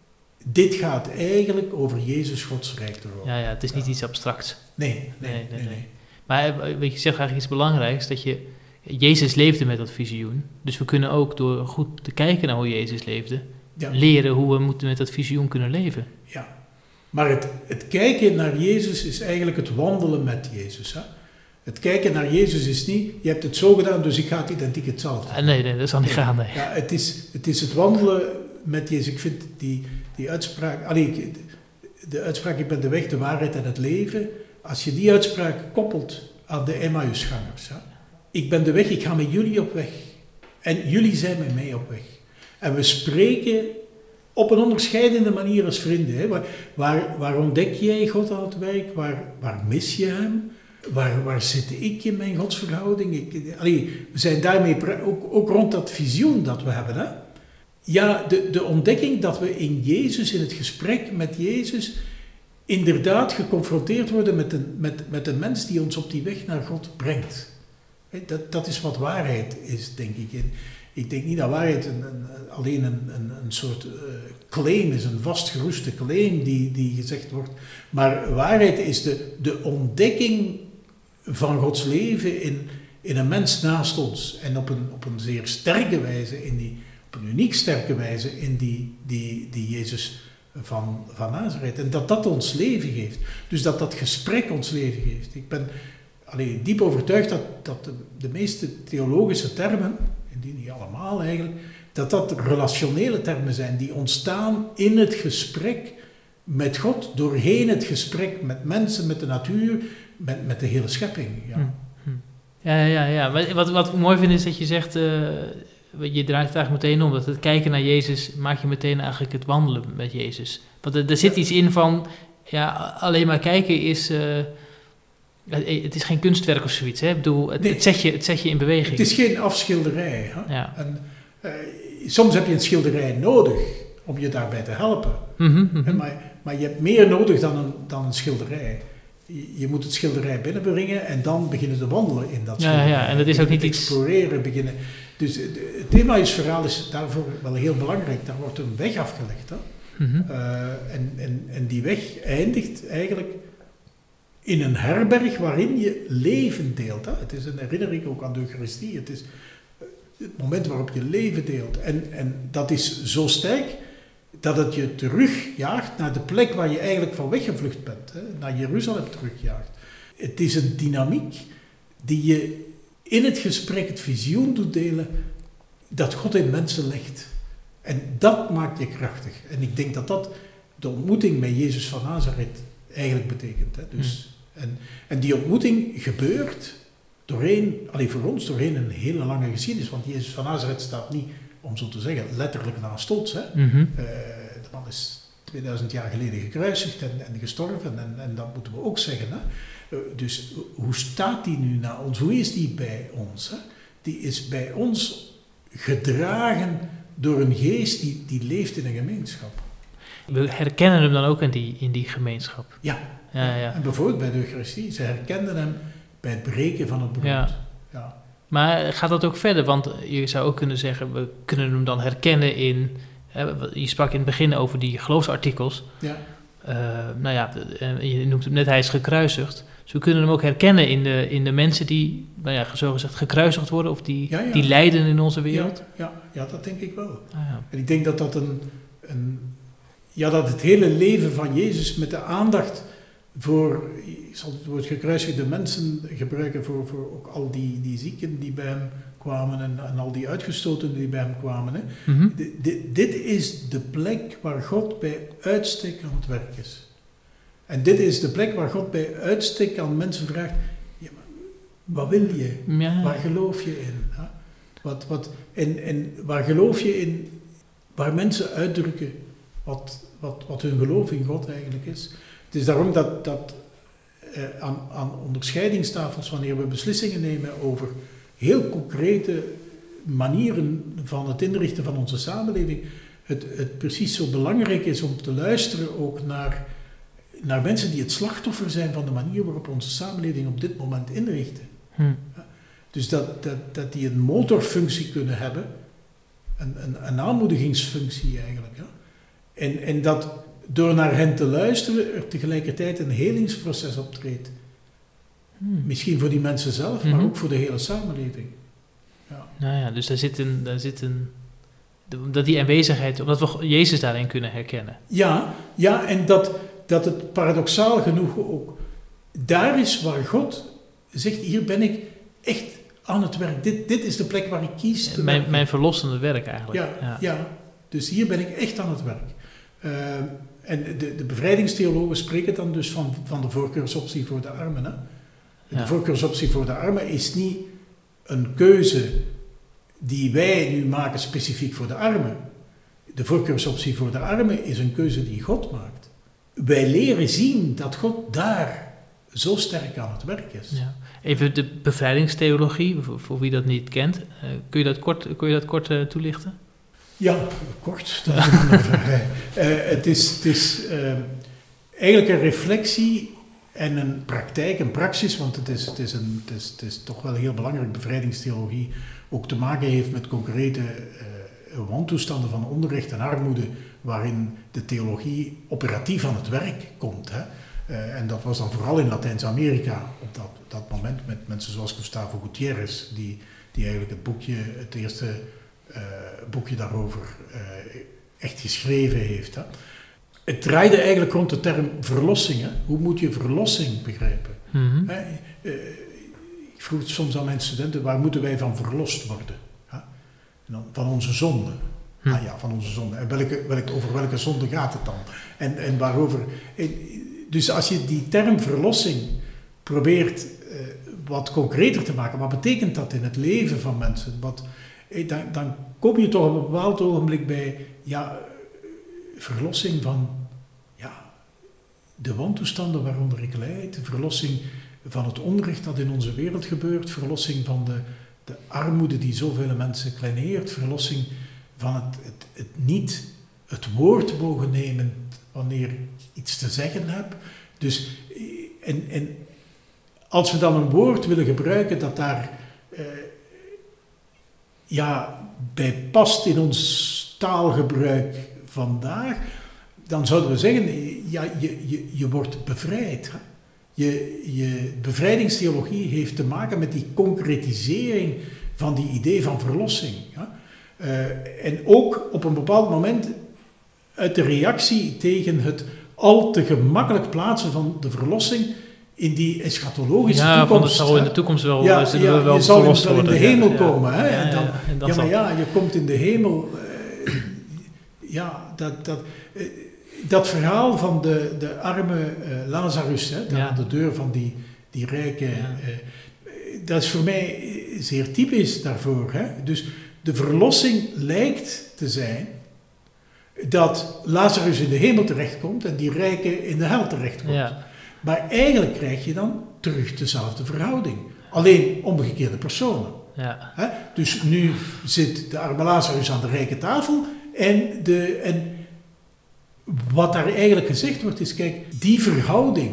dit gaat eigenlijk over Jezus Gods rijkdom. Ja, ja, het is niet ja. iets abstracts. Nee, nee, nee. Nee, nee, nee, nee. nee. Maar weet je, zegt eigenlijk iets belangrijks, dat je... Jezus leefde met dat visioen, dus we kunnen ook door goed te kijken naar hoe Jezus leefde, Ja. leren hoe we moeten met dat visioen kunnen leven. Ja, maar het, het kijken naar Jezus is eigenlijk het wandelen met Jezus. Hè? Het kijken naar Jezus is niet, je hebt het zo gedaan, dus ik ga het identiek hetzelfde doen. Ah, nee, nee, dat zal niet gaan. Nee. Ja, het is, het is het wandelen met Jezus. Ik vind die, die uitspraak, allee, de uitspraak, ik ben de weg, de waarheid en het leven, als je die uitspraak koppelt aan de Emmausgangers. Hè? Ik ben de weg, ik ga met jullie op weg. En jullie zijn met mij op weg. En we spreken op een onderscheidende manier als vrienden. Hè. Waar, waar, waar ontdek jij God aan het werk? Waar, waar mis je hem? Waar, waar zit ik in mijn godsverhouding? Ik, allee, we zijn daarmee pre- ook, ook rond dat visioen dat we hebben. Hè. Ja, de, de ontdekking dat we in Jezus, in het gesprek met Jezus, inderdaad geconfronteerd worden met een, met, met een mens die ons op die weg naar God brengt. Dat, dat is wat waarheid is, denk ik. En ik denk niet dat waarheid een, een, alleen een, een, een soort uh, claim is, een vastgeroeste claim die, die gezegd wordt. Maar waarheid is de, de ontdekking van Gods leven in, in een mens naast ons. En op een, op een zeer sterke wijze, in die, op een uniek sterke wijze, in die, die, die Jezus van, van Nazareth. En dat dat ons leven geeft. Dus dat dat gesprek ons leven geeft. Ik ben allee, diep overtuigd dat, dat de, de meeste theologische termen, en die niet allemaal eigenlijk, dat dat relationele termen zijn die ontstaan in het gesprek met God, doorheen het gesprek met mensen, met de natuur, met, met de hele schepping. Ja, hm, hm. ja, ja. ja. Wat, wat ik mooi vind is dat je zegt, uh, je draait het eigenlijk meteen om, dat het kijken naar Jezus maakt je meteen eigenlijk het wandelen met Jezus. Want er, er zit iets in van, ja, alleen maar kijken is... Uh, Het is geen kunstwerk of zoiets, hè? Ik bedoel, het, nee, het, zet je, het zet je in beweging. Het is geen afschilderij. Hè? Ja. En, uh, soms heb je een schilderij nodig om je daarbij te helpen. Mm-hmm, mm-hmm. Maar, maar je hebt meer nodig dan een, dan een schilderij. Je, je moet het schilderij binnenbrengen en dan beginnen te wandelen in dat schilderij. Ja, ja, en dat is ook niet iets... Exploreren, beginnen. Dus het Emmausverhaal is daarvoor wel heel belangrijk. Daar wordt een weg afgelegd. Hè? Mm-hmm. Uh, en, en, en die weg eindigt eigenlijk... in een herberg waarin je leven deelt. Hè? Het is een herinnering ook aan de Eucharistie. Het is het moment waarop je leven deelt. En, en dat is zo sterk dat het je terugjaagt naar de plek waar je eigenlijk van weggevlucht bent. Hè? Naar Jeruzalem terugjaagt. Het is een dynamiek die je in het gesprek het visioen doet delen dat God in mensen legt. En dat maakt je krachtig. En ik denk dat dat de ontmoeting met Jezus van Nazareth eigenlijk betekent. Hè? Dus... En, en die ontmoeting gebeurt doorheen, allee, voor ons doorheen een hele lange geschiedenis, want Jezus van Nazareth staat niet, om zo te zeggen, letterlijk naast ons. Hè. Mm-hmm. Uh, de man is tweeduizend jaar geleden gekruisigd en, en gestorven en, en dat moeten we ook zeggen. Hè. Uh, dus hoe staat die nu naar ons? Hoe is die bij ons? Hè? Die is bij ons gedragen door een geest die, die leeft in een gemeenschap. We herkennen hem dan ook in die, in die gemeenschap. Ja. Ja, ja. En bijvoorbeeld bij de Eucharistie, ze herkenden hem bij het breken van het brood. Ja. Ja. Maar gaat dat ook verder? Want je zou ook kunnen zeggen, we kunnen hem dan herkennen in... Hè, je sprak in het begin over die geloofsartikels. Ja. Uh, nou ja, je noemt hem net, hij is gekruisigd. Dus we kunnen hem ook herkennen in de, in de mensen die, nou ja, zogezegd gekruisigd worden... of die, ja, ja. die lijden in onze wereld. Ja, ja, ja, dat denk ik wel. Ah, ja. En ik denk dat dat een, een... Ja, dat het hele leven van Jezus met de aandacht... voor, ik zal het woord gekruisigde mensen gebruiken voor, voor ook al die, die zieken die bij hem kwamen en, en al die uitgestotenen die bij hem kwamen. Hè. Mm-hmm. D- d- dit is de plek waar God bij uitstek aan het werk is. En dit is de plek waar God bij uitstek aan mensen vraagt, ja, maar wat wil je? Ja. Waar geloof je in? Hè? Wat, wat, en, en waar geloof je in, waar mensen uitdrukken wat, wat, wat hun geloof in God eigenlijk is. Het is daarom dat, dat eh, aan, aan onderscheidingstafels, wanneer we beslissingen nemen over heel concrete manieren van het inrichten van onze samenleving, het, het precies zo belangrijk is om te luisteren ook naar, naar mensen die het slachtoffer zijn van de manier waarop onze samenleving op dit moment inrichten. Hm. Dus dat, dat, dat die een motorfunctie kunnen hebben, een, een, een aanmoedigingsfunctie eigenlijk. Hè? En, en dat door naar hen te luisteren er tegelijkertijd een helingsproces optreedt. Hmm. Misschien voor die mensen zelf, Mm-hmm. maar ook voor de hele samenleving. Ja. Nou ja, dus daar zit een... Daar zit een dat die aanwezigheid, omdat we Jezus daarin kunnen herkennen. Ja, ja en dat, dat het paradoxaal genoeg ook daar is waar God zegt, hier ben ik echt aan het werk. Dit, dit is de plek waar ik kies te mijn, werken. mijn verlossende werk eigenlijk. Ja, ja. ja. ja, dus hier ben ik echt aan het werk. Uh, en de, de bevrijdingstheologen spreken dan dus van, van de voorkeursoptie voor de armen. Hè? De Ja. voorkeursoptie voor de armen is niet een keuze die wij nu maken specifiek voor de armen. de voorkeursoptie voor de armen is een keuze die God maakt. Wij leren zien dat God daar zo sterk aan het werk is. Ja. Even de bevrijdingstheologie, voor, voor wie dat niet kent. Uh, kun je dat kort, kun je dat kort uh, toelichten? Ja, kort. Dat is een andere vraag. Uh, het is, het is uh, eigenlijk een reflectie en een praktijk, een praxis, want het is, het is, een, het is, het is toch wel heel belangrijk, bevrijdingstheologie ook te maken heeft met concrete uh, wantoestanden van onrecht en armoede, waarin de theologie operatief aan het werk komt. Hè. Uh, en dat was dan vooral in Latijns-Amerika op dat, dat moment met mensen zoals Gustavo Gutierrez, die, die eigenlijk het boekje, het eerste uh, boekje daarover uh, echt geschreven heeft. Hè. Het draaide eigenlijk rond de term verlossing. Hè. Hoe moet je verlossing begrijpen? Mm-hmm. Hè, uh, ik vroeg het soms aan mijn studenten, waar moeten wij van verlost worden? Hè? En dan, van onze zonde. Hm. Ah ja, van onze zonde. En welke, welke, over welke zonde gaat het dan? En, en waarover... Dus als je die term verlossing probeert uh, wat concreter te maken, wat betekent dat in het leven van mensen? Wat, dan, dan kom je toch op een bepaald ogenblik bij ja, verlossing van ja, de wantoestanden waaronder ik lijd, verlossing van het onrecht dat in onze wereld gebeurt, verlossing van de, de armoede die zoveel mensen kleineert, verlossing van het, het, het niet het woord mogen nemen wanneer ik iets te zeggen heb. Dus, en, en als we dan een woord willen gebruiken dat daar uh, ja, bij past in ons taalgebruik vandaag, dan zouden we zeggen, ja, je, je, je wordt bevrijd. Hè? Je, je bevrijdingstheologie heeft te maken met die concretisering van die idee van verlossing. Ja? Uh, en ook op een bepaald moment uit de reactie tegen het al te gemakkelijk plaatsen van de verlossing in die eschatologische ja, toekomst. Ja, van in de toekomst wel, ja, zullen ja, we wel je zal verlost in, worden. in de hemel ja, komen. Ja, hè? ja, En dan, ja, en ja, maar ja, je komt in de hemel. Uh, ja, dat, dat, uh, dat verhaal van de, de arme uh, Lazarus, hè, ja. aan de deur van die, die rijke... Ja. Uh, dat is voor mij zeer typisch daarvoor. Hè? Dus de verlossing lijkt te zijn dat Lazarus in de hemel terechtkomt en die rijke in de hel terechtkomt. Ja. Maar eigenlijk krijg je dan terug dezelfde verhouding. Alleen omgekeerde personen. Ja. He? Dus nu zit de arme Lazarus aan de rijke tafel en, de, en wat daar eigenlijk gezegd wordt is, kijk, die verhouding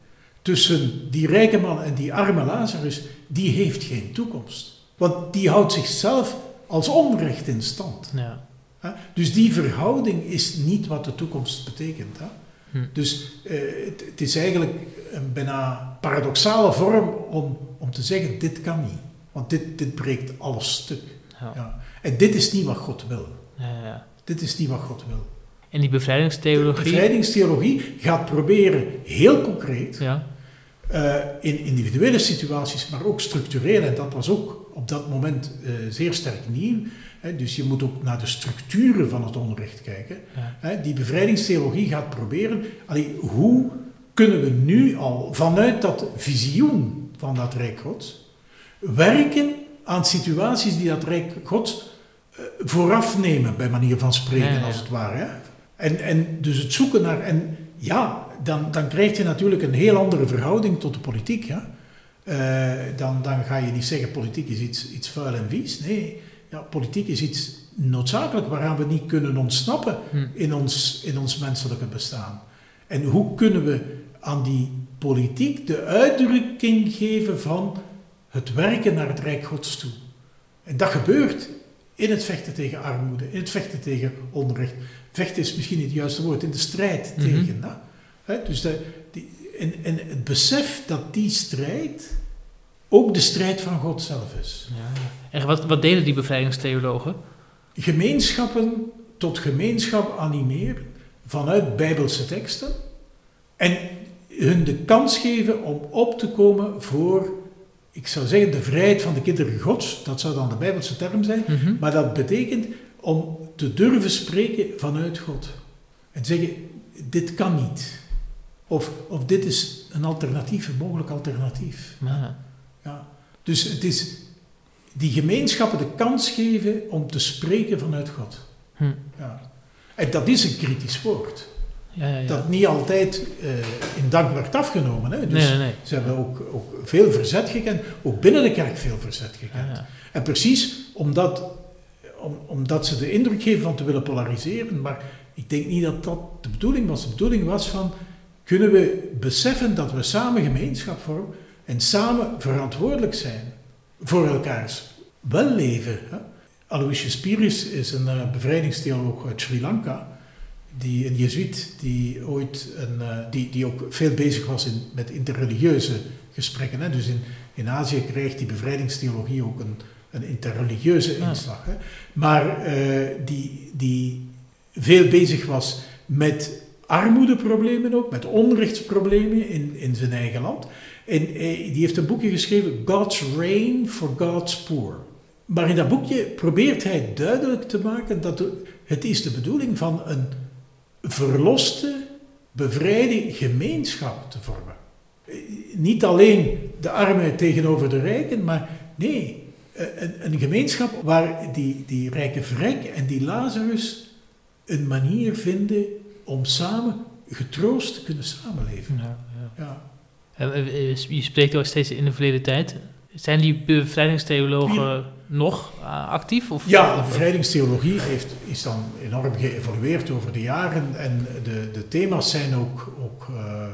tussen die rijke man en die arme Lazarus, die heeft geen toekomst. Want die houdt zichzelf als onrecht in stand. Ja. Dus die verhouding is niet wat de toekomst betekent. Hè? Hm. Dus uh, het, het is eigenlijk een bijna paradoxale vorm om, om te zeggen, dit kan niet. Want dit, dit breekt alles stuk. Ja. Ja. En dit is niet wat God wil. Ja, ja. Dit is niet wat God wil. En die bevrijdingstheologie? De bevrijdingstheologie gaat proberen heel concreet, ja. uh, in individuele situaties, maar ook structureel, en dat was ook op dat moment uh, zeer sterk nieuw. He, dus je moet ook naar de structuren van het onrecht kijken. Ja. He, die bevrijdingstheologie gaat proberen, allee, hoe kunnen we nu al vanuit dat visioen van dat Rijk Gods werken aan situaties die dat Rijk Gods uh, vooraf nemen, bij manier van spreken, ja, ja. als het ware. Hè? En, en dus het zoeken naar... En ja, dan, dan krijg je natuurlijk een heel andere verhouding tot de politiek. Hè? Uh, dan, dan ga je niet zeggen, politiek is iets, iets vuil en vies. Nee, ja, politiek is iets noodzakelijk waaraan we niet kunnen ontsnappen hm. in, ons, in ons menselijke bestaan. En hoe kunnen we aan die politiek de uitdrukking geven van het werken naar het Rijk Gods toe? En dat gebeurt in het vechten tegen armoede, in het vechten tegen onrecht. Vechten is misschien niet het juiste woord, in de strijd mm-hmm. tegen. Nou, hè? Dus de, die, en, en het besef dat die strijd ook de strijd van God zelf is. Ja. En wat, wat deden die bevrijdingstheologen? Gemeenschappen tot gemeenschap animeren vanuit Bijbelse teksten en hun de kans geven om op te komen voor, ik zou zeggen, de vrijheid van de kinderen Gods. Dat zou dan de Bijbelse term zijn, mm-hmm. maar dat betekent om te durven spreken vanuit God. En zeggen, dit kan niet. Of, of dit is een alternatief, een mogelijk alternatief. Ja. Ja. Dus het is die gemeenschappen de kans geven om te spreken vanuit God. Hm. Ja. En dat is een kritisch woord. Ja, ja, ja. Dat niet altijd uh, in dank werd afgenomen. Hè. Dus nee, nee, nee. ze hebben ook, ook veel verzet gekend, ook binnen de kerk veel verzet gekend. Ja, ja. En precies omdat, om, omdat ze de indruk geven van te willen polariseren, maar ik denk niet dat dat de bedoeling was. De bedoeling was van, kunnen we beseffen dat we samen gemeenschap vormen en samen verantwoordelijk zijn voor elkaars welleven. Hè? Aloysius Spyris is een uh, bevrijdingstheoloog uit Sri Lanka, die een jezuïet die ooit een, uh, die, die ook veel bezig was in, met interreligieuze gesprekken. Hè? Dus in, in Azië krijgt die bevrijdingstheologie ook een, een interreligieuze inslag. Hè? Maar uh, die, die veel bezig was met armoedeproblemen ook, met onrechtsproblemen in, in zijn eigen land. En uh, die heeft een boekje geschreven, God's Reign for God's Poor. Maar in dat boekje probeert hij duidelijk te maken dat de, het is de bedoeling van een verloste, bevrijde gemeenschap te vormen. Niet alleen de armen tegenover de rijken, maar nee, een, een gemeenschap waar die, die rijke vrek en die Lazarus een manier vinden om samen getroost te kunnen samenleven. Ja, ja. Ja. Je spreekt ook steeds in de verleden tijd. Zijn die bevrijdingstheologen Hier. nog uh, actief? Of, Ja, de of, bevrijdingstheologie heeft, is dan enorm geëvolueerd over de jaren en de, de thema's zijn ook, ook uh,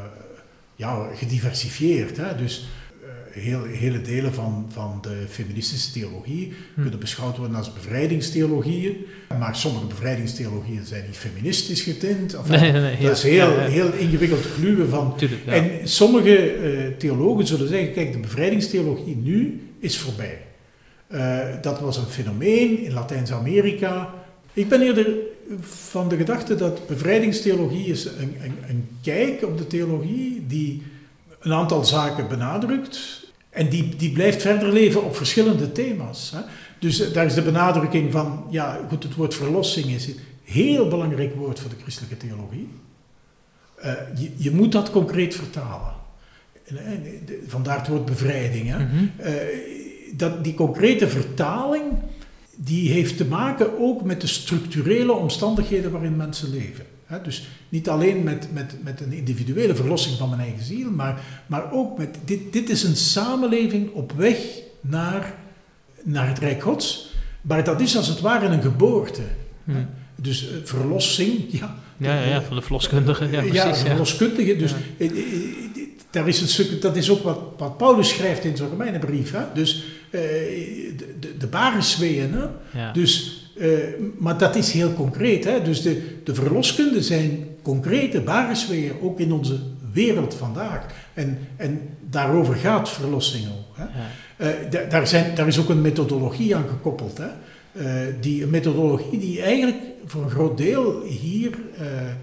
ja, gediversifieerd. Hè? Dus uh, heel, hele delen van, van de feministische theologie hm. kunnen beschouwd worden als bevrijdingstheologieën, maar sommige bevrijdingstheologieën zijn niet feministisch getint. Enfin, nee, nee, nee, dat ja, is heel, ja, ja. heel ingewikkeld gluwen van. Tuurlijk, ja. En sommige uh, theologen zullen zeggen, kijk, de bevrijdingstheologie nu is voorbij. Uh, dat was een fenomeen in Latijns-Amerika. Ik ben eerder van de gedachte dat bevrijdingstheologie is een, een, een kijk op de theologie die een aantal zaken benadrukt en die, die blijft verder leven op verschillende thema's. Hè. Dus uh, daar is de benadrukking van, ja goed, het woord verlossing is een heel belangrijk woord voor de christelijke theologie. Uh, je, je moet dat concreet vertalen. En, en, de, vandaar het woord bevrijding. Hè. Mm-hmm. Uh, Dat, die concrete vertaling, die heeft te maken ook met de structurele omstandigheden waarin mensen leven. He, dus niet alleen met, met, met een individuele verlossing van mijn eigen ziel, maar, maar ook met, dit, dit is een samenleving op weg naar, naar het Rijk Gods, maar dat is als het ware een geboorte. Hmm. Dus uh, verlossing, ja. Ja, ja, ja, van de verloskundige. Ja, precies, ja, de verloskundige. Dus ja. uh, uh, uh, daar is een stuk, dat is ook wat, wat Paulus schrijft in zijn Romeinenbrief. Hè? Dus uh, de, de, de baresweeën. Hè? Ja. Dus, uh, maar dat is heel concreet. Hè? Dus de, de verloskunde zijn concrete baresweeën, ook in onze wereld vandaag. En, en daarover gaat verlossing ook. Hè? Ja. Uh, da, daar, zijn, daar is ook een methodologie aan gekoppeld. Hè? Uh, die, een methodologie die eigenlijk voor een groot deel hier... Uh,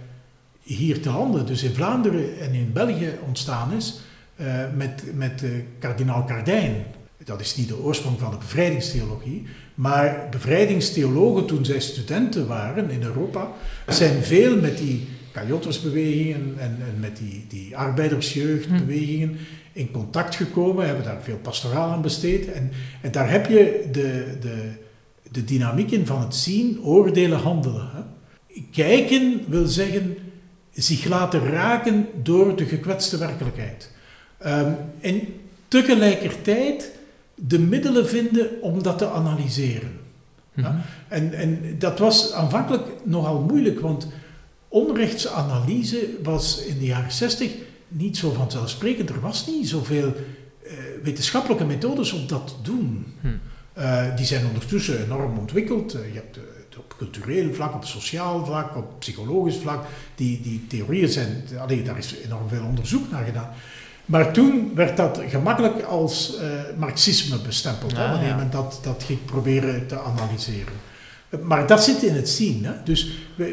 hier te landen, dus in Vlaanderen en in België ontstaan is, uh, met, met uh, kardinaal Cardijn. Dat is niet de oorsprong van de bevrijdingstheologie, maar bevrijdingstheologen toen zij studenten waren in Europa, zijn veel met die Kajottersbewegingen en, en met die, die arbeidersjeugdbewegingen in contact gekomen, hebben daar veel pastoraal aan besteed. En, en daar heb je de, de, de dynamiek in van het zien, oordelen, handelen. Hè. Kijken wil zeggen zich laten raken door de gekwetste werkelijkheid. Um, en tegelijkertijd de middelen vinden om dat te analyseren. Mm-hmm. Ja? En, en dat was aanvankelijk nogal moeilijk, want onrechtsanalyse was in de jaren zestig niet zo vanzelfsprekend. Er was niet zoveel uh, wetenschappelijke methodes om dat te doen. Mm. Uh, die zijn ondertussen enorm ontwikkeld. Uh, je hebt uh, op cultureel vlak, op sociaal vlak, op psychologisch vlak. Die, die theorieën zijn, allee, daar is enorm veel onderzoek naar gedaan. Maar toen werd dat gemakkelijk als uh, marxisme bestempeld, ah, hè, wanneer ja. men dat, dat ging proberen te analyseren. Maar dat zit in het zien. Hè. Dus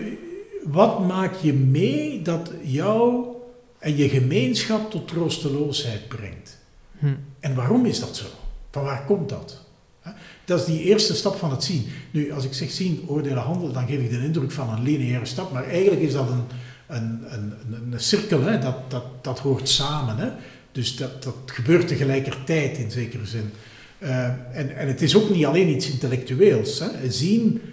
wat maak je mee dat jou en je gemeenschap tot troosteloosheid brengt? Hm. En waarom is dat zo? Van waar komt dat? Dat is die eerste stap van het zien. Nu, als ik zeg zien, oordelen, handelen, dan geef ik de indruk van een lineaire stap, maar eigenlijk is dat een, een, een, een, een cirkel, hè? Dat, dat, dat hoort samen. Hè? Dus dat, dat gebeurt tegelijkertijd in zekere zin. Uh, en, en het is ook niet alleen iets intellectueels. Hè? Zien,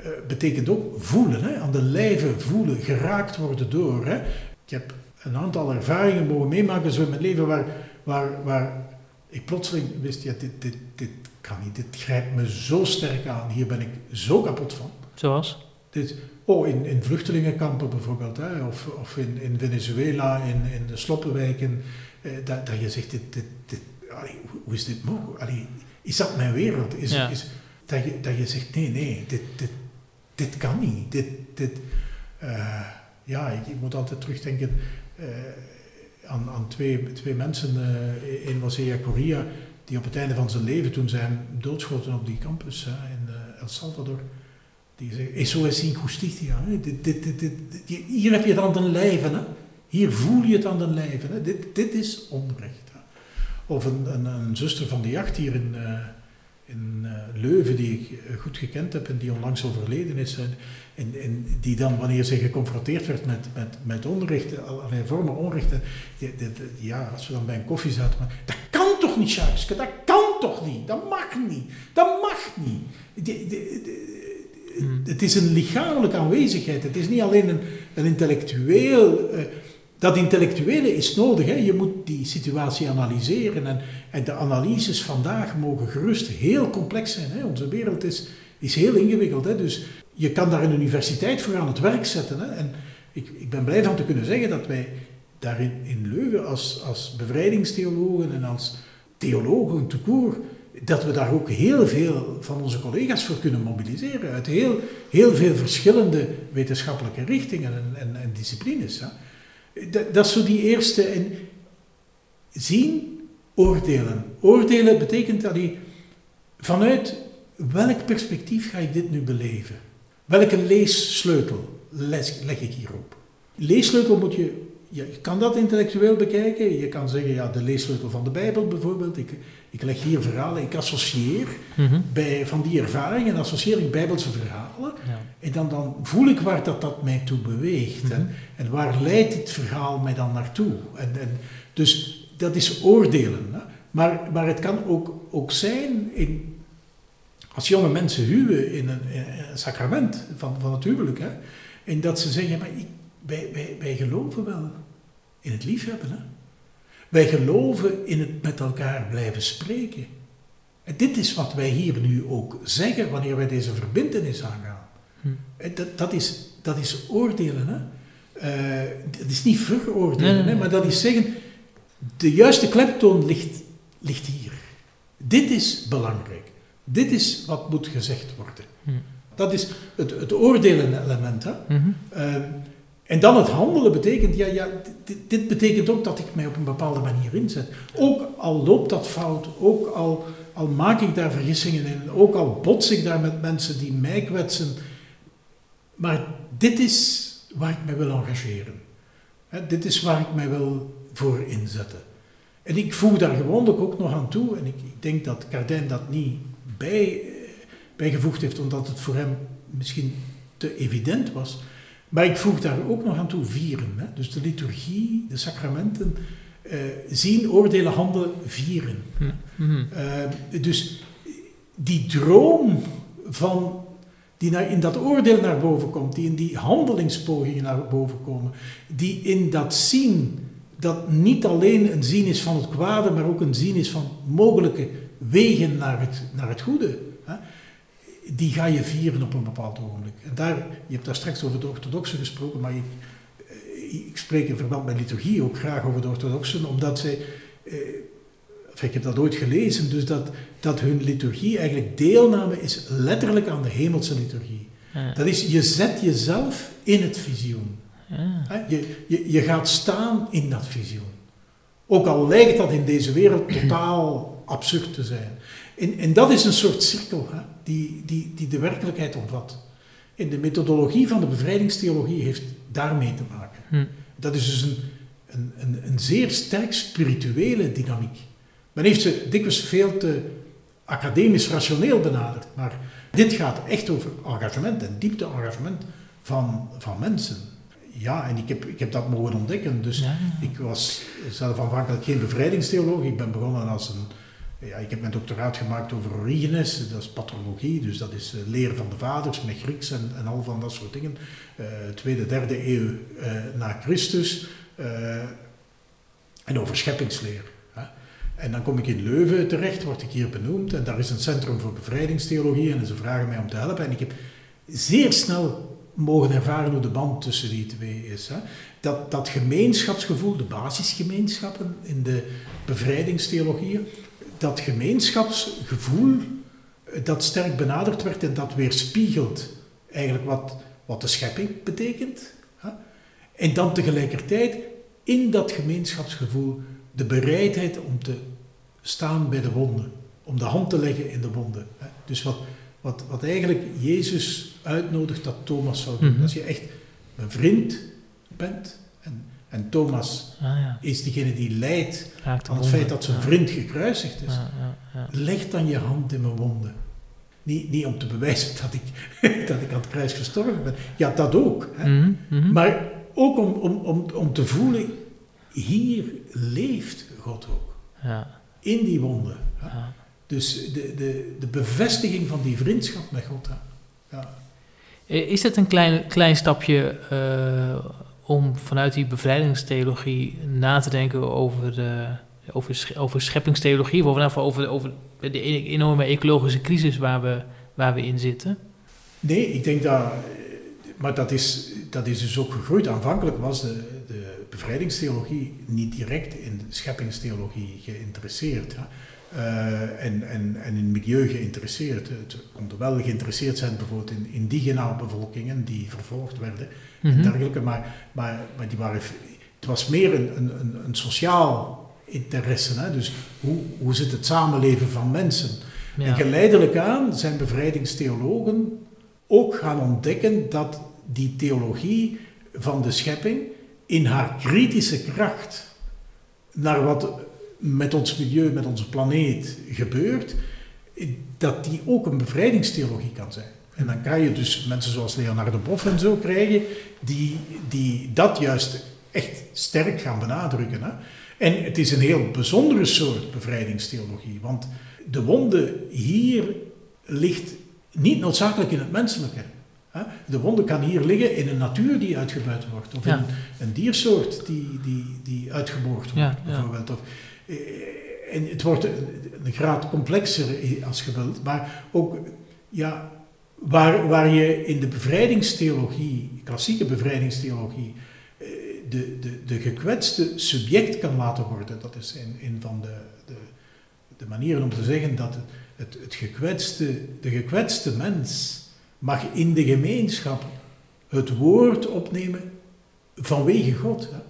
uh, betekent ook voelen, hè? Aan de lijve voelen, geraakt worden door. Hè? Ik heb een aantal ervaringen mogen meemaken zo in mijn leven waar, waar, waar ik plotseling wist, ja, dit, dit, dit kan niet, dit grijpt me zo sterk aan, hier ben ik zo kapot van. Zoals? Dit, oh, in, in vluchtelingenkampen bijvoorbeeld, hè? Of, of in, in Venezuela, in, in de sloppenwijken, eh, dat, dat je zegt, dit, dit, dit, allee, hoe, hoe is dit mogelijk? Allee, is dat mijn wereld? Is, ja. is, dat, je, dat je zegt, nee, nee, dit, dit, dit kan niet. Dit, dit, uh, ja, ik, ik moet altijd terugdenken uh, aan, aan twee, twee mensen. Uh, Eén was Eya Correa, die op het einde van zijn leven, toen zij hem doodschoten op die campus uh, in uh, El Salvador, die zei, eso es injusticia. Hè? Dit, dit, dit, dit, dit, hier heb je het aan den lijve. Hè? Hier voel je het aan den lijve. Hè? Dit, dit is onrecht. Hè? Of een, een, een zuster van de jacht hier in, uh, in uh, Leuven, die ik goed gekend heb en die onlangs overleden is. En, en, en die dan, wanneer ze geconfronteerd werd met, met, met onrecht, allerlei vormen onrechten, die, die, die, ja, als we dan bij een koffie zaten, maar, dat kan toch niet, Sjaakske, dat kan toch niet, dat mag niet, dat mag niet. Die, die, die, Hmm. Het is een lichamelijke aanwezigheid. Het is niet alleen een, een intellectueel... Uh, dat intellectuele is nodig. Hè. Je moet die situatie analyseren. En, en de analyses vandaag mogen gerust heel complex zijn. Hè. Onze wereld is, is heel ingewikkeld. Hè. Dus je kan daar een universiteit voor aan het werk zetten. Hè. En ik, ik ben blij van te kunnen zeggen dat wij daar in, in Leuven als, als bevrijdingstheologen en als theologen tout court, dat we daar ook heel veel van onze collega's voor kunnen mobiliseren. Uit heel, heel veel verschillende wetenschappelijke richtingen en, en, en disciplines. Hè. Dat, dat is zo die eerste. En zien, oordelen. Oordelen betekent dat je vanuit welk perspectief ga ik dit nu beleven? Welke leessleutel leg ik hierop? Leessleutel moet je... Je kan dat intellectueel bekijken. Je kan zeggen, ja, de leessleutel van de Bijbel bijvoorbeeld. Ik, ik leg hier verhalen, ik associeer mm-hmm. bij, van die ervaringen, associeer ik Bijbelse verhalen. Ja. En dan, dan voel ik waar dat, dat mij toe beweegt. Mm-hmm. En, en waar leidt dit verhaal mij dan naartoe? En, en, dus dat is oordelen. Hè? Maar, maar het kan ook, ook zijn, in, als jonge mensen huwen in een, in een sacrament van, van het huwelijk. Hè? En dat ze zeggen, maar ik, Wij, wij, wij geloven wel in het liefhebben. Hè? Wij geloven in het met elkaar blijven spreken. En dit is wat wij hier nu ook zeggen wanneer wij deze verbintenis aangaan. Hm. Dat, dat, is, dat is oordelen. Hè? Uh, dat is niet veroordelen, nee, nee, nee. Hè? Maar dat is zeggen, de juiste klemtoon ligt, ligt hier. Dit is belangrijk. Dit is wat moet gezegd worden. Hm. Dat is het, het oordelen element. Hè? Mm-hmm. Uh, En dan het handelen betekent, ja, ja dit, dit betekent ook dat ik mij op een bepaalde manier inzet. Ook al loopt dat fout, ook al, al maak ik daar vergissingen in, ook al bots ik daar met mensen die mij kwetsen. Maar dit is waar ik mij wil engageren. He, dit is waar ik mij wil voor inzetten. En ik voeg daar gewoonlijk ook nog aan toe, en ik, ik denk dat Cardijn dat niet bij, bijgevoegd heeft, omdat het voor hem misschien te evident was. Maar ik voeg daar ook nog aan toe vieren. Hè? Dus de liturgie, de sacramenten, uh, zien, oordelen, handelen, vieren. Mm-hmm. Uh, dus die droom van, die naar, in dat oordeel naar boven komt, die in die handelingspogingen naar boven komen, die in dat zien, dat niet alleen een zien is van het kwade, maar ook een zien is van mogelijke wegen naar het, naar het goede. Hè? Die ga je vieren op een bepaald ogenblik. En daar, je hebt daar straks over de orthodoxen gesproken, maar ik, ik spreek in verband met liturgie ook graag over de orthodoxen, omdat zij, eh, ik heb dat ooit gelezen, dus dat, dat hun liturgie eigenlijk deelname is letterlijk aan de hemelse liturgie. Ja. Dat is, je zet jezelf in het visioen. Ja. Je, je, je gaat staan in dat visioen. Ook al lijkt dat in deze wereld totaal absurd te zijn. En, en dat is een soort cirkel, hè, die, die, die de werkelijkheid omvat. En de methodologie van de bevrijdingstheologie heeft daarmee te maken. Hm. Dat is dus een, een, een, een zeer sterk spirituele dynamiek. Men heeft ze dikwijls veel te academisch rationeel benaderd, maar dit gaat echt over engagement en diepte engagement van, van mensen. Ja, en ik heb, ik heb dat mogen ontdekken. Dus ja. Ik was zelf aanvankelijk geen bevrijdingstheoloog. Ik ben begonnen als een Ja, ik heb mijn doctoraat gemaakt over Origenes, dat is patrologie, dus dat is uh, leer van de vaders met Grieks en, en al van dat soort dingen. Uh, tweede, derde eeuw uh, na Christus. Uh, en over scheppingsleer. Hè. En dan kom ik in Leuven terecht, word ik hier benoemd, en daar is een centrum voor bevrijdingstheologie en ze vragen mij om te helpen. En ik heb zeer snel mogen ervaren hoe de band tussen die twee is. Hè. Dat, dat gemeenschapsgevoel, de basisgemeenschappen in de bevrijdingstheologieën, dat gemeenschapsgevoel dat sterk benaderd werd en dat weerspiegelt eigenlijk wat, wat de schepping betekent. Hè. En dan tegelijkertijd in dat gemeenschapsgevoel de bereidheid om te staan bij de wonden, om de hand te leggen in de wonden. Hè. Dus wat, wat, wat eigenlijk Jezus uitnodigt dat Thomas zou doen. Mm-hmm. Als je echt een vriend bent, en, en Thomas ah, ja. is degene die lijdt aan het feit dat zijn ja. vriend gekruisigd is, ja, ja, ja. leg dan je hand in mijn wonden. Niet, niet om te bewijzen dat ik, dat ik aan het kruis gestorven ben. Ja, dat ook. Hè. Mm-hmm, mm-hmm. Maar ook om, om, om, om te voelen, hier leeft God ook. Ja. In die wonden. Ja. Dus de, de, de bevestiging van die vriendschap met God. Ja. Is het een klein, klein stapje uh, om vanuit die bevrijdingstheologie na te denken over, de, over, over scheppingstheologie, of over, over de enorme ecologische crisis waar we, waar we in zitten? Nee, ik denk dat, maar dat is, dat is dus ook gegroeid. Aanvankelijk was de, de bevrijdingstheologie niet direct in de scheppingstheologie geïnteresseerd. Hè. Uh, en, en, en in milieu geïnteresseerd. Het kon wel geïnteresseerd zijn bijvoorbeeld in indigene bevolkingen die vervolgd werden mm-hmm. en dergelijke, maar, maar, maar die waren, het was meer een, een, een sociaal interesse. Hè? Dus hoe, hoe zit het samenleven van mensen? Ja. En geleidelijk aan zijn bevrijdingstheologen ook gaan ontdekken dat die theologie van de schepping in haar kritische kracht naar wat met ons milieu, met onze planeet gebeurt, dat die ook een bevrijdingstheologie kan zijn. En dan kan je dus mensen zoals Leonard de Boff en zo krijgen, die, die dat juist echt sterk gaan benadrukken. Hè? En het is een heel bijzondere soort bevrijdingstheologie, want de wonde hier ligt niet noodzakelijk in het menselijke. Hè? De wonde kan hier liggen in een natuur die uitgebuit wordt, of ja. in een diersoort die, die, die uitgemoord wordt, ja, bijvoorbeeld. Ja. Of, en het wordt een graad complexer als je wilt, maar ook ja, waar, waar je in de bevrijdingstheologie, klassieke bevrijdingstheologie, de, de, de gekwetste subject kan laten worden. Dat is een, een van de, de, de manieren om te zeggen dat het, het gekwetste, de gekwetste mens mag in de gemeenschap het woord opnemen vanwege God. Hè.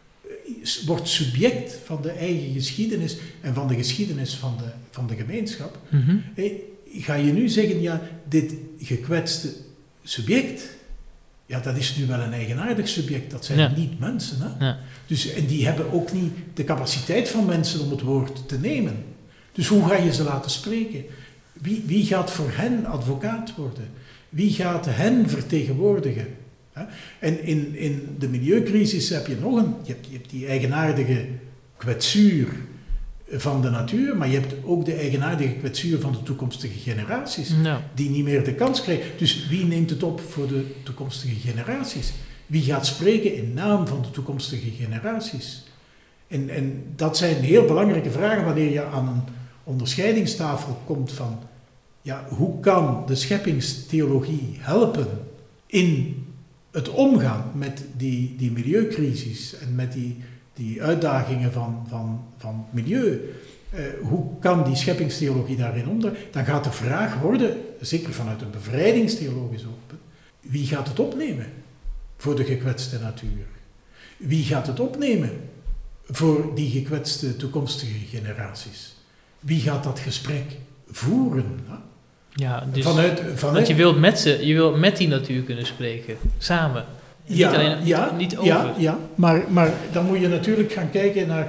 Wordt subject van de eigen geschiedenis en van de geschiedenis van de, van de gemeenschap. Mm-hmm. Hey, ga je nu zeggen, ja, dit gekwetste subject, ja, dat is nu wel een eigenaardig subject, dat zijn ja. niet mensen. Hè? Ja. Dus, en die hebben ook niet de capaciteit van mensen om het woord te nemen. Dus hoe ga je ze laten spreken? Wie, wie gaat voor hen advocaat worden? Wie gaat hen vertegenwoordigen? En in, in de milieucrisis heb je nog een, je hebt, je hebt die eigenaardige kwetsuur van de natuur, maar je hebt ook de eigenaardige kwetsuur van de toekomstige generaties, no. die niet meer de kans krijgen. Dus wie neemt het op voor de toekomstige generaties? Wie gaat spreken in naam van de toekomstige generaties? En, en dat zijn heel belangrijke vragen wanneer je aan een onderscheidingstafel komt van, ja, hoe kan de scheppingstheologie helpen in het omgaan met die, die milieucrisis en met die, die uitdagingen van, van, van het milieu. Uh, hoe kan die scheppingstheologie daarin omdraaien? Dan gaat de vraag worden, zeker vanuit een bevrijdingstheologisch oogpunt, wie gaat het opnemen voor de gekwetste natuur? Wie gaat het opnemen voor die gekwetste toekomstige generaties? Wie gaat dat gesprek voeren? Hè? Ja, dus vanuit, vanuit, want je wilt met ze, je wilt met die natuur kunnen spreken, samen. Ja, niet alleen, ja, niet, niet over. Ja, ja. Maar, maar dan moet je natuurlijk gaan kijken naar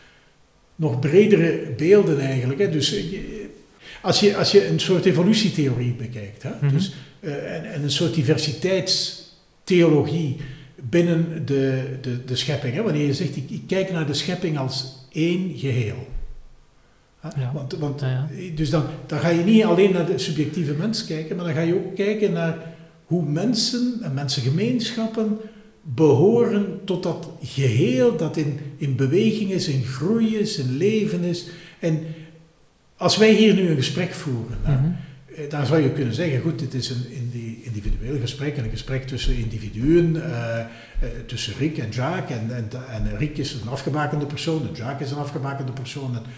nog bredere beelden eigenlijk. Hè. Dus als je, als je een soort evolutietheorie bekijkt, hè, mm-hmm. dus, uh, en, en een soort diversiteitstheologie binnen de, de, de schepping. Hè, wanneer je zegt, ik, ik kijk naar de schepping als één geheel. Ja. Want, want, ja, ja. Dus dan, dan ga je niet alleen naar de subjectieve mens kijken, maar dan ga je ook kijken naar hoe mensen en mensengemeenschappen behoren tot dat geheel dat in, in beweging is, in groei is, in leven is. En als wij hier nu een gesprek voeren, mm-hmm. nou, dan zou je kunnen zeggen, goed, dit is een individueel gesprek, een gesprek tussen individuen, uh, uh, tussen Rick en Jacques. En, en, en Rick is een afgebakende persoon, en Jacques is een afgebakende persoon. En,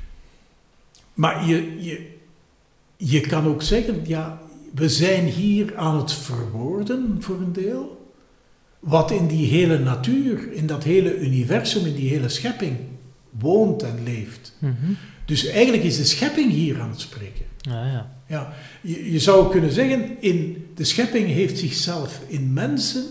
maar je, je, je kan ook zeggen, ja, we zijn hier aan het verwoorden voor een deel, wat in die hele natuur, in dat hele universum, in die hele schepping woont en leeft. Mm-hmm. Dus eigenlijk is de schepping hier aan het spreken. Ja, ja. Ja, je, je zou kunnen zeggen, in de schepping heeft zichzelf in mensen,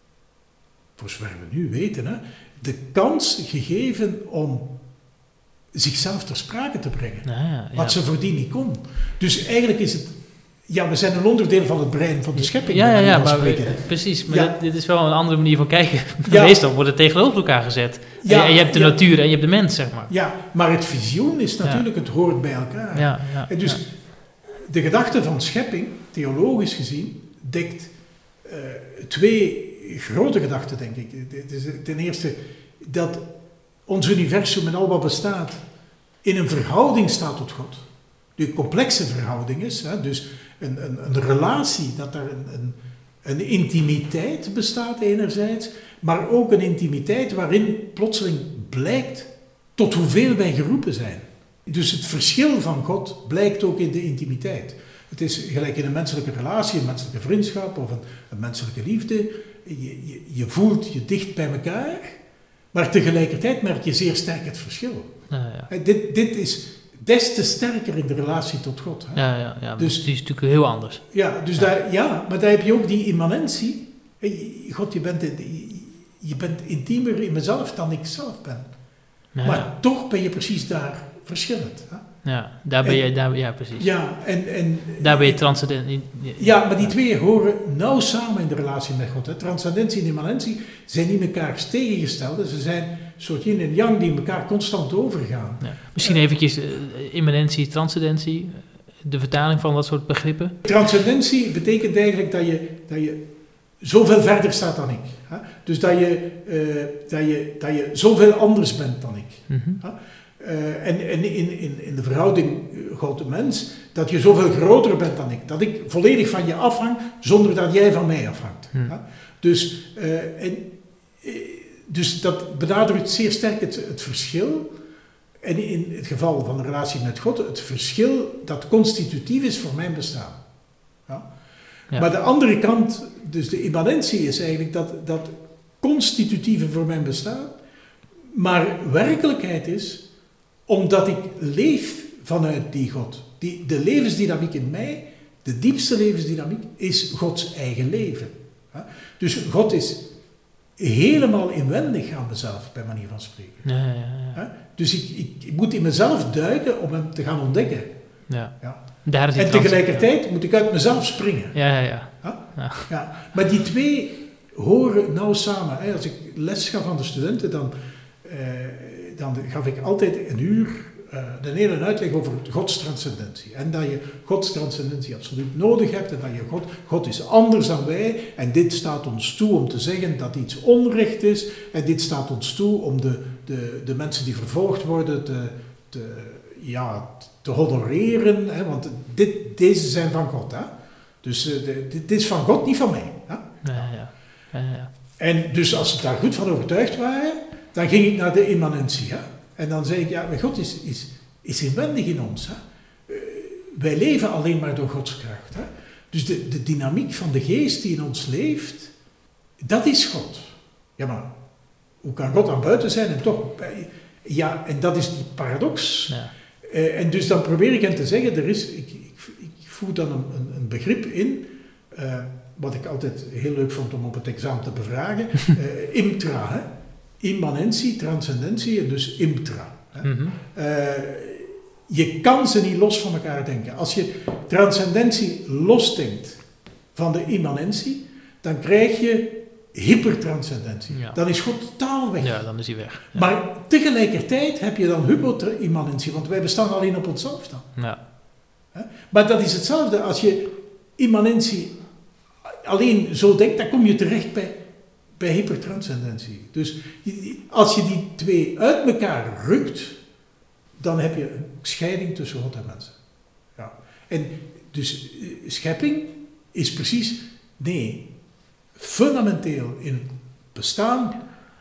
voor zover we nu weten, hè, de kans gegeven om zichzelf ter sprake te brengen. Ja, ja, ja. Wat ze voordien niet kon. Dus eigenlijk is het, ja, we zijn een onderdeel van het brein van de schepping. Ja, ja, ja, maar we, precies. Maar ja. dit, dit is wel een andere manier van kijken. Ja. Meestal wordt het tegenover elkaar gezet. Ja, en je hebt de ja. natuur en je hebt de mens, zeg maar. Ja, maar het visioen is natuurlijk, ja. het hoort bij elkaar. Ja, ja, en dus ja. de gedachte van schepping, theologisch gezien, dekt uh, twee grote gedachten, denk ik. Ten eerste, dat ons universum en al wat bestaat in een verhouding staat tot God. Die complexe verhouding is, hè, dus een, een, een relatie, dat daar een, een, een intimiteit bestaat enerzijds, maar ook een intimiteit waarin plotseling blijkt tot hoeveel wij geroepen zijn. Dus het verschil van God blijkt ook in de intimiteit. Het is gelijk in een menselijke relatie, een menselijke vriendschap of een, een menselijke liefde. Je, je, je voelt je dicht bij elkaar, maar tegelijkertijd merk je zeer sterk het verschil. Ja, ja. Dit, dit is des te sterker in de relatie tot God. Hè? Ja, ja, ja, dus die is natuurlijk heel anders. Ja, dus ja. Daar, ja, maar daar heb je ook die immanentie. God, je bent, je bent intiemer in mezelf dan ik zelf ben. Ja. Maar toch ben je precies daar verschillend. Hè? Ja, daar ben en, je, daar, ja, precies. Ja, en, en, daar ben je transcendent. Ja, ja, maar die twee horen nauw samen in de relatie met God. Hè. Transcendentie en immanentie zijn niet elkaar tegengesteld. Ze zijn een soort yin en yang die elkaar constant overgaan. Ja. Misschien uh, eventjes uh, immanentie, transcendentie, de vertaling van dat soort begrippen. Transcendentie betekent eigenlijk dat je, dat je zoveel verder staat dan ik. Hè. Dus dat je, uh, dat, je, dat je zoveel anders bent dan ik. Mm-hmm. Hè. Uh, en en in, in, in de verhouding God-mens, dat je zoveel groter bent dan ik. Dat ik volledig van je afhang, zonder dat jij van mij afhangt. Hmm. Ja? Dus, uh, en, uh, dus dat benadrukt zeer sterk het, het verschil. En in het geval van de relatie met God, het verschil dat constitutief is voor mijn bestaan. Ja? Ja. Maar de andere kant, dus de immanentie is eigenlijk dat, dat constitutieve voor mijn bestaan, maar werkelijkheid is, omdat ik leef vanuit die God. Die, de levensdynamiek in mij, de diepste levensdynamiek, is Gods eigen leven. Dus God is helemaal inwendig aan mezelf, bij manier van spreken. Ja, ja, ja. Dus ik, ik, ik moet in mezelf duiken om hem te gaan ontdekken. Ja. Ja. Daar is en tegelijkertijd ja. moet ik uit mezelf springen. Ja, ja, ja. Ja? Ja. Ja. Maar die twee horen nauw samen. Als ik les gaf aan de studenten, dan... Uh, dan gaf ik altijd een uur uh, de hele uitleg over Gods transcendentie. En dat je Gods transcendentie absoluut nodig hebt en dat je God, God is anders dan wij en dit staat ons toe om te zeggen dat iets onrecht is en dit staat ons toe om de, de, de mensen die vervolgd worden te, te, ja, te honoreren, hè, want dit, deze zijn van God. Hè? Dus uh, de, dit is van God, niet van mij. Hè? Ja, ja. Ja, ja. En dus als ze daar goed van overtuigd waren, dan ging ik naar de immanentie. Hè? En dan zei ik, ja, maar God is, is, is inwendig in ons. Hè? Uh, wij leven alleen maar door Gods kracht. Hè? Dus de, de dynamiek van de geest die in ons leeft, dat is God. Ja, maar hoe kan God aan buiten zijn en toch... Ja, en dat is die paradox. Ja. Uh, en dus dan probeer ik hen te zeggen, er is, ik, ik, ik voer dan een, een, een begrip in... Uh, wat ik altijd heel leuk vond om op het examen te bevragen. Uh, imtra, hè? Immanentie, transcendentie en dus imtra. Hè? Mm-hmm. Uh, je kan ze niet los van elkaar denken. Als je transcendentie losdenkt van de immanentie, dan krijg je hypertranscendentie. Ja. Dan is God totaal weg. Ja, dan is hij weg. Ja. Maar tegelijkertijd heb je dan hypoimmanentie, want wij bestaan alleen op onszelf dan. Ja. Maar dat is hetzelfde. Als je immanentie alleen zo denkt, dan kom je terecht bij, bij hypertranscendentie. Dus als je die twee uit elkaar rukt, dan heb je een scheiding tussen God en mensen. Ja. En dus schepping is precies, nee, fundamenteel in bestaan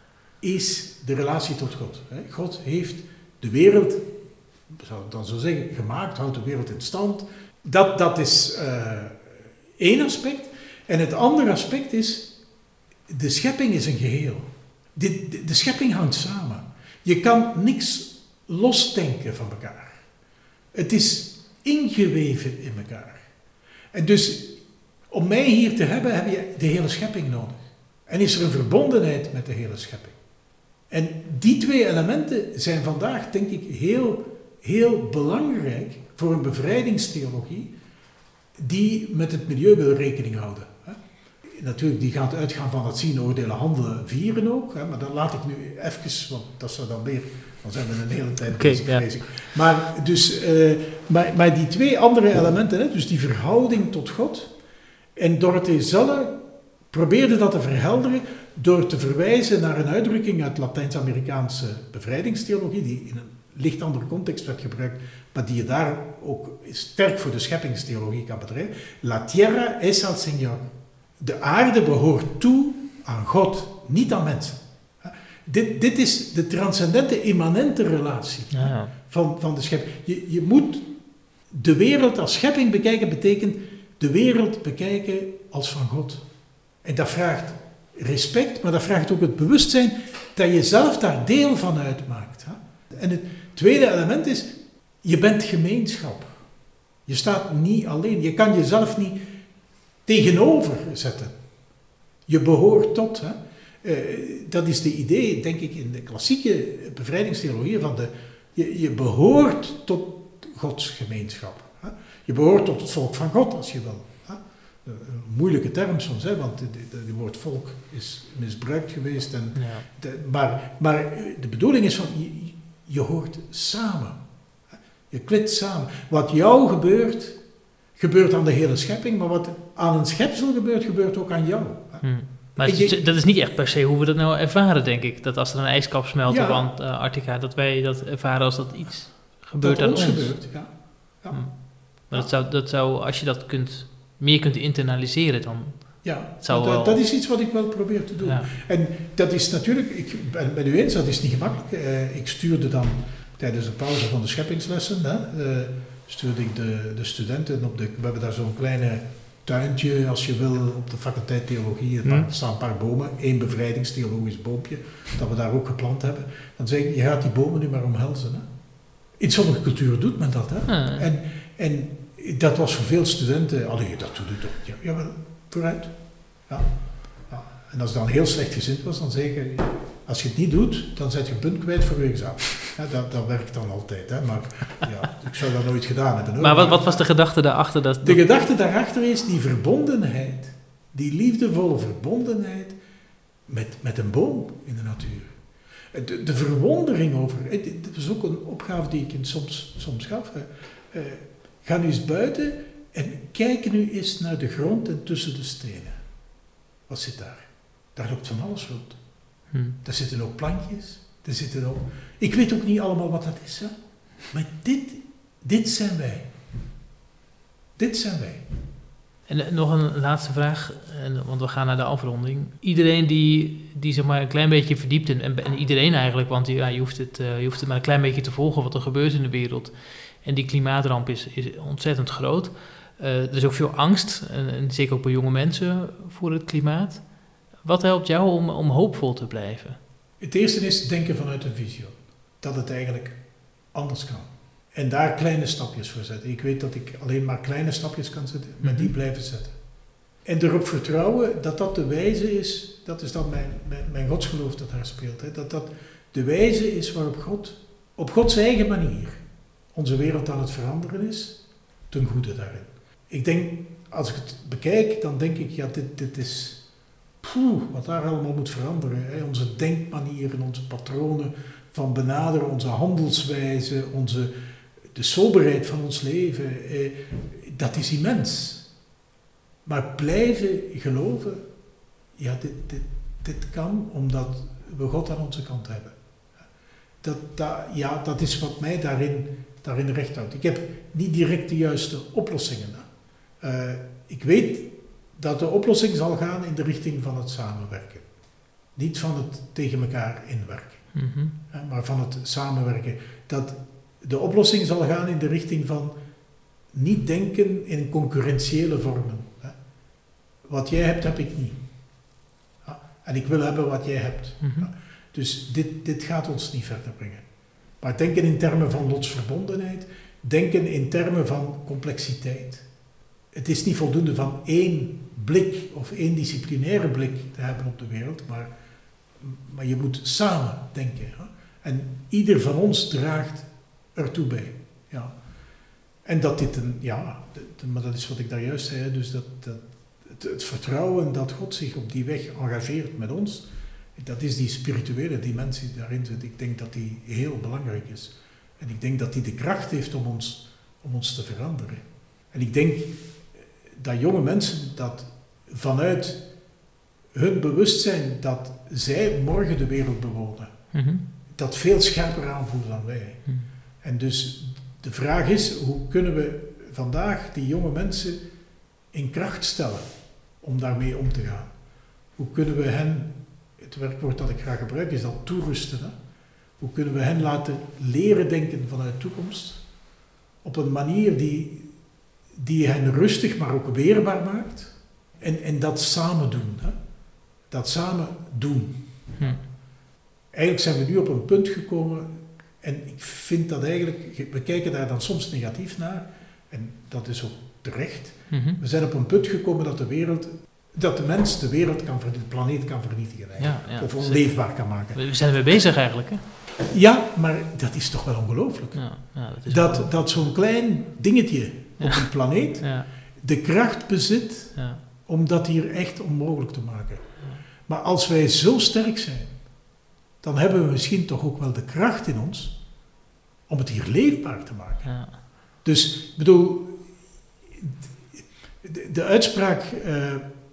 is de relatie tot God. God heeft de wereld, zou ik dan zo zeggen, gemaakt, houdt de wereld in stand. Dat, dat is uh, één aspect. En het andere aspect is, de schepping is een geheel. De, de, de schepping hangt samen. Je kan niks losdenken van elkaar. Het is ingeweven in elkaar. En dus, om mij hier te hebben, heb je de hele schepping nodig. En is er een verbondenheid met de hele schepping. En die twee elementen zijn vandaag, denk ik, heel, heel belangrijk voor een bevrijdingstheologie die met het milieu wil rekening houden. Natuurlijk, die gaat uitgaan van het zien, oordelen, handelen, vieren ook. Maar dat laat ik nu even, want dat zou dan weer... Dan zijn we een hele tijd bezig, okay, vrees ik. Maar, dus, uh, maar, maar die twee andere elementen, hè, dus die verhouding tot God. En Dorothee Selle probeerde dat te verhelderen door te verwijzen naar een uitdrukking uit Latijns-Amerikaanse bevrijdingstheologie, die in een licht andere context werd gebruikt, maar die je daar ook sterk voor de scheppingstheologie kan bedrijven. La tierra es al Señor. De aarde behoort toe aan God, niet aan mensen. Dit, dit is de transcendente, immanente relatie ja. van, van de schepping. Je, je moet de wereld als schepping bekijken, betekent de wereld bekijken als van God. En dat vraagt respect, maar dat vraagt ook het bewustzijn dat je zelf daar deel van uitmaakt. En het tweede element is, je bent gemeenschap. Je staat niet alleen, je kan jezelf niet tegenover zetten. Je behoort tot... Hè. Uh, dat is de idee, denk ik, in de klassieke bevrijdingstheologie van de... Je, je behoort tot Gods gemeenschap. Hè. Je behoort tot het volk van God, als je wil. Hè. Een moeilijke term soms, hè, want het woord volk is misbruikt geweest. En Ja. de, maar, maar de bedoeling is van, je, je hoort samen. Je klit samen. Wat jou gebeurt, gebeurt aan de hele schepping, maar wat aan een schepsel gebeurt, gebeurt ook aan jou. Hmm. Maar het is, dat is niet echt per se hoe we dat nou ervaren, denk ik. Dat als er een ijskap smelt ja. op Antarctica, dat wij dat ervaren als dat iets gebeurt dat aan ons. ons. Gebeurt, ja. Ja. Hmm. Maar ja. dat, zou, dat zou, als je dat kunt, meer kunt internaliseren, dan... Ja, zou dat, wel... dat is iets wat ik wel probeer te doen. Ja. En dat is natuurlijk, ik ben met u eens, dat is niet gemakkelijk. Uh, ik stuurde dan tijdens de pauze van de scheppingslessen, hè, uh, stuurde ik de, de studenten op de... We hebben daar zo'n kleine tuintje, als je wil, op de faculteit theologie. Er Hmm. staan een paar bomen, één bevrijdingstheologisch boompje, dat we daar ook geplant hebben. Dan zeg ik, je gaat die bomen nu maar omhelzen. Hè. In sommige culturen doet men dat. Hè. Ah. En, en dat was voor veel studenten, allee, dat doet u toch. Ja, jawel, vooruit. Ja. Ja. En als het dan heel slecht gezind was, dan zeg ik, als je het niet doet, dan zet je een punt kwijt voor je examen. Ja, dat, dat werkt dan altijd, hè. Maar ja, ik zou dat nooit gedaan hebben. Hoor. Maar wat, wat was de gedachte daarachter? Dat, De gedachte daarachter is die verbondenheid, die liefdevolle verbondenheid met, met een boom in de natuur. De, de verwondering over, dat is ook een opgave die ik soms, soms gaf. Uh, ga nu eens buiten en kijk nu eens naar de grond en tussen de stenen. Wat zit daar? Daar loopt van alles rond. Hmm. Daar zitten ook plantjes, daar zitten ook... Ik weet ook niet allemaal wat dat is, hè? Maar dit, dit zijn wij. Dit zijn wij. En uh, nog een laatste vraag, en, want we gaan naar de afronding. Iedereen die, die zeg maar een klein beetje verdiept, in, en, en iedereen eigenlijk, want ja, je, hoeft het, uh, je hoeft het maar een klein beetje te volgen wat er gebeurt in de wereld. En die klimaatramp is, is ontzettend groot. Uh, er is ook veel angst, en, en zeker ook bij jonge mensen, voor het klimaat. Wat helpt jou om, om hoopvol te blijven? Het eerste is denken vanuit een visie. Dat het eigenlijk anders kan. En daar kleine stapjes voor zetten. Ik weet dat ik alleen maar kleine stapjes kan zetten, maar die blijven zetten. En erop vertrouwen dat dat de wijze is, dat is dan mijn, mijn, mijn godsgeloof dat daar speelt. Hè. Dat dat de wijze is waarop God, op Gods eigen manier, onze wereld aan het veranderen is, ten goede daarin. Ik denk, als ik het bekijk, dan denk ik, ja, dit, dit is... poeh, wat daar allemaal moet veranderen. Hè. Onze denkmanieren, onze patronen van benaderen, onze handelswijze, onze, de soberheid van ons leven, eh, dat is immens. Maar blijven geloven, ja, dit, dit, dit kan omdat we God aan onze kant hebben. Dat, dat, ja, dat is wat mij daarin, daarin recht houdt. Ik heb niet direct de juiste oplossingen. Uh, ik weet dat de oplossing zal gaan in de richting van het samenwerken. Niet van het tegen elkaar inwerken, mm-hmm. uh, maar van het samenwerken. Dat de oplossing zal gaan in de richting van niet denken in concurrentiële vormen. Hè. Wat jij hebt, heb ik niet. Ja, en ik wil hebben wat jij hebt. Mm-hmm. Ja. Dus dit, dit gaat ons niet verder brengen. Maar denken in termen van lotsverbondenheid, denken in termen van complexiteit. Het is niet voldoende van één blik of één disciplinaire blik te hebben op de wereld, maar, maar je moet samen denken. Hè? En ieder van ons draagt ertoe bij. Ja. En dat dit een, ja, de, maar dat is wat ik daar juist zei, dus dat, dat het, het vertrouwen dat God zich op die weg engageert met ons, dat is die spirituele dimensie die daarin zit. Ik denk dat die heel belangrijk is. En ik denk dat die de kracht heeft om ons, om ons te veranderen. En ik denk dat jonge mensen dat vanuit hun bewustzijn dat zij morgen de wereld bewonen, mm-hmm. dat veel scherper aanvoelen dan wij. Mm. En dus de vraag is, hoe kunnen we vandaag die jonge mensen in kracht stellen om daarmee om te gaan? Hoe kunnen we hen, het werkwoord dat ik graag gebruik is dat toerusten, hè? Hoe kunnen we hen laten leren denken vanuit de toekomst op een manier die, die hen rustig maar ook weerbaar maakt en, en dat samen doen. Hè? Dat samen doen. Hm. Eigenlijk zijn we nu op een punt gekomen en ik vind dat eigenlijk, we kijken daar dan soms negatief naar en dat is ook terecht. Mm-hmm. We zijn op een punt gekomen dat de wereld, dat de mens de wereld kan vernietigen, de planeet kan vernietigen eigenlijk, ja, ja, of onleefbaar kan maken. We zijn ermee bezig eigenlijk, hè? Ja, maar dat is toch wel ongelooflijk. Ja, ja, dat, is dat, ongelooflijk. Dat zo'n klein dingetje ja. op een planeet ja. de kracht bezit ja. om dat hier echt onmogelijk te maken. Ja. Maar als wij zo sterk zijn, dan hebben we misschien toch ook wel de kracht in ons om het hier leefbaar te maken. Ja. Dus, ik bedoel, de, de uitspraak uh,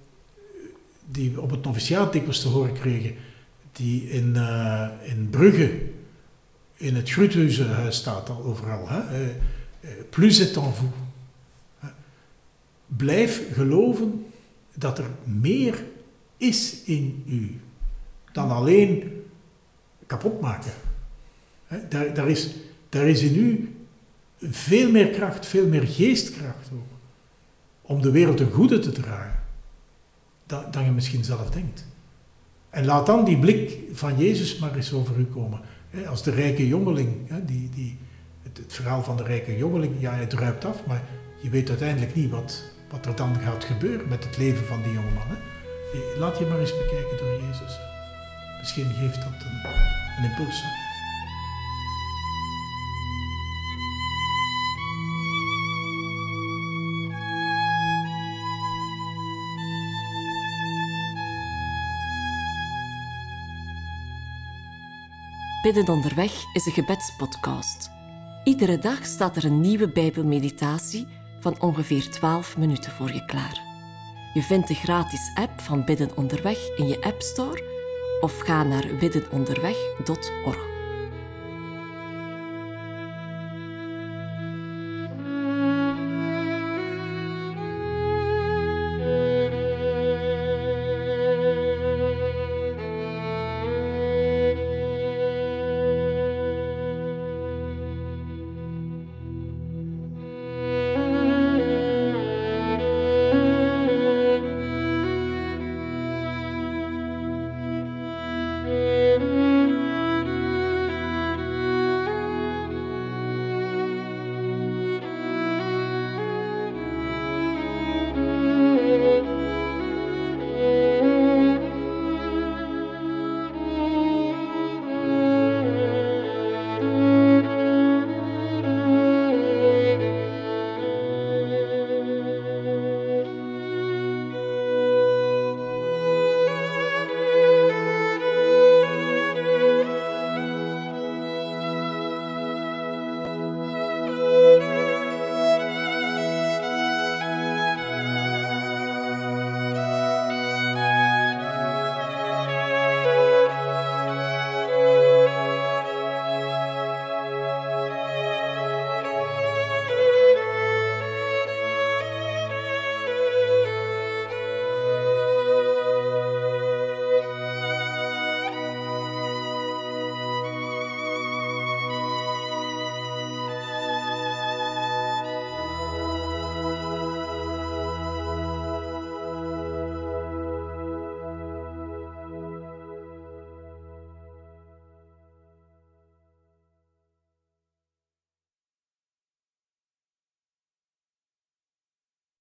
die we op het noviciaat dikwijls te horen kregen, die in, uh, in Brugge, in het Groothuizenhuis staat al overal. Hè? Uh, uh, plus est en vous. Uh, blijf geloven dat er meer is in u dan alleen kapot maken. Uh, daar, daar, is, daar is in u veel meer kracht, veel meer geestkracht ook, om de wereld ten goede te dragen dan, dan je misschien zelf denkt. En laat dan die blik van Jezus maar eens over u komen. He, als de rijke jongeling, he, die, die, het, het verhaal van de rijke jongeling, ja, hij druipt af, maar je weet uiteindelijk niet wat, wat er dan gaat gebeuren met het leven van die jongeman. He. Laat je maar eens bekijken door Jezus. Misschien geeft dat een, een impuls. He. Bidden onderweg is een gebedspodcast. Iedere dag staat er een nieuwe Bijbelmeditatie van ongeveer twaalf minuten voor je klaar. Je vindt de gratis app van Bidden onderweg in je App Store of ga naar biddenonderweg punt org.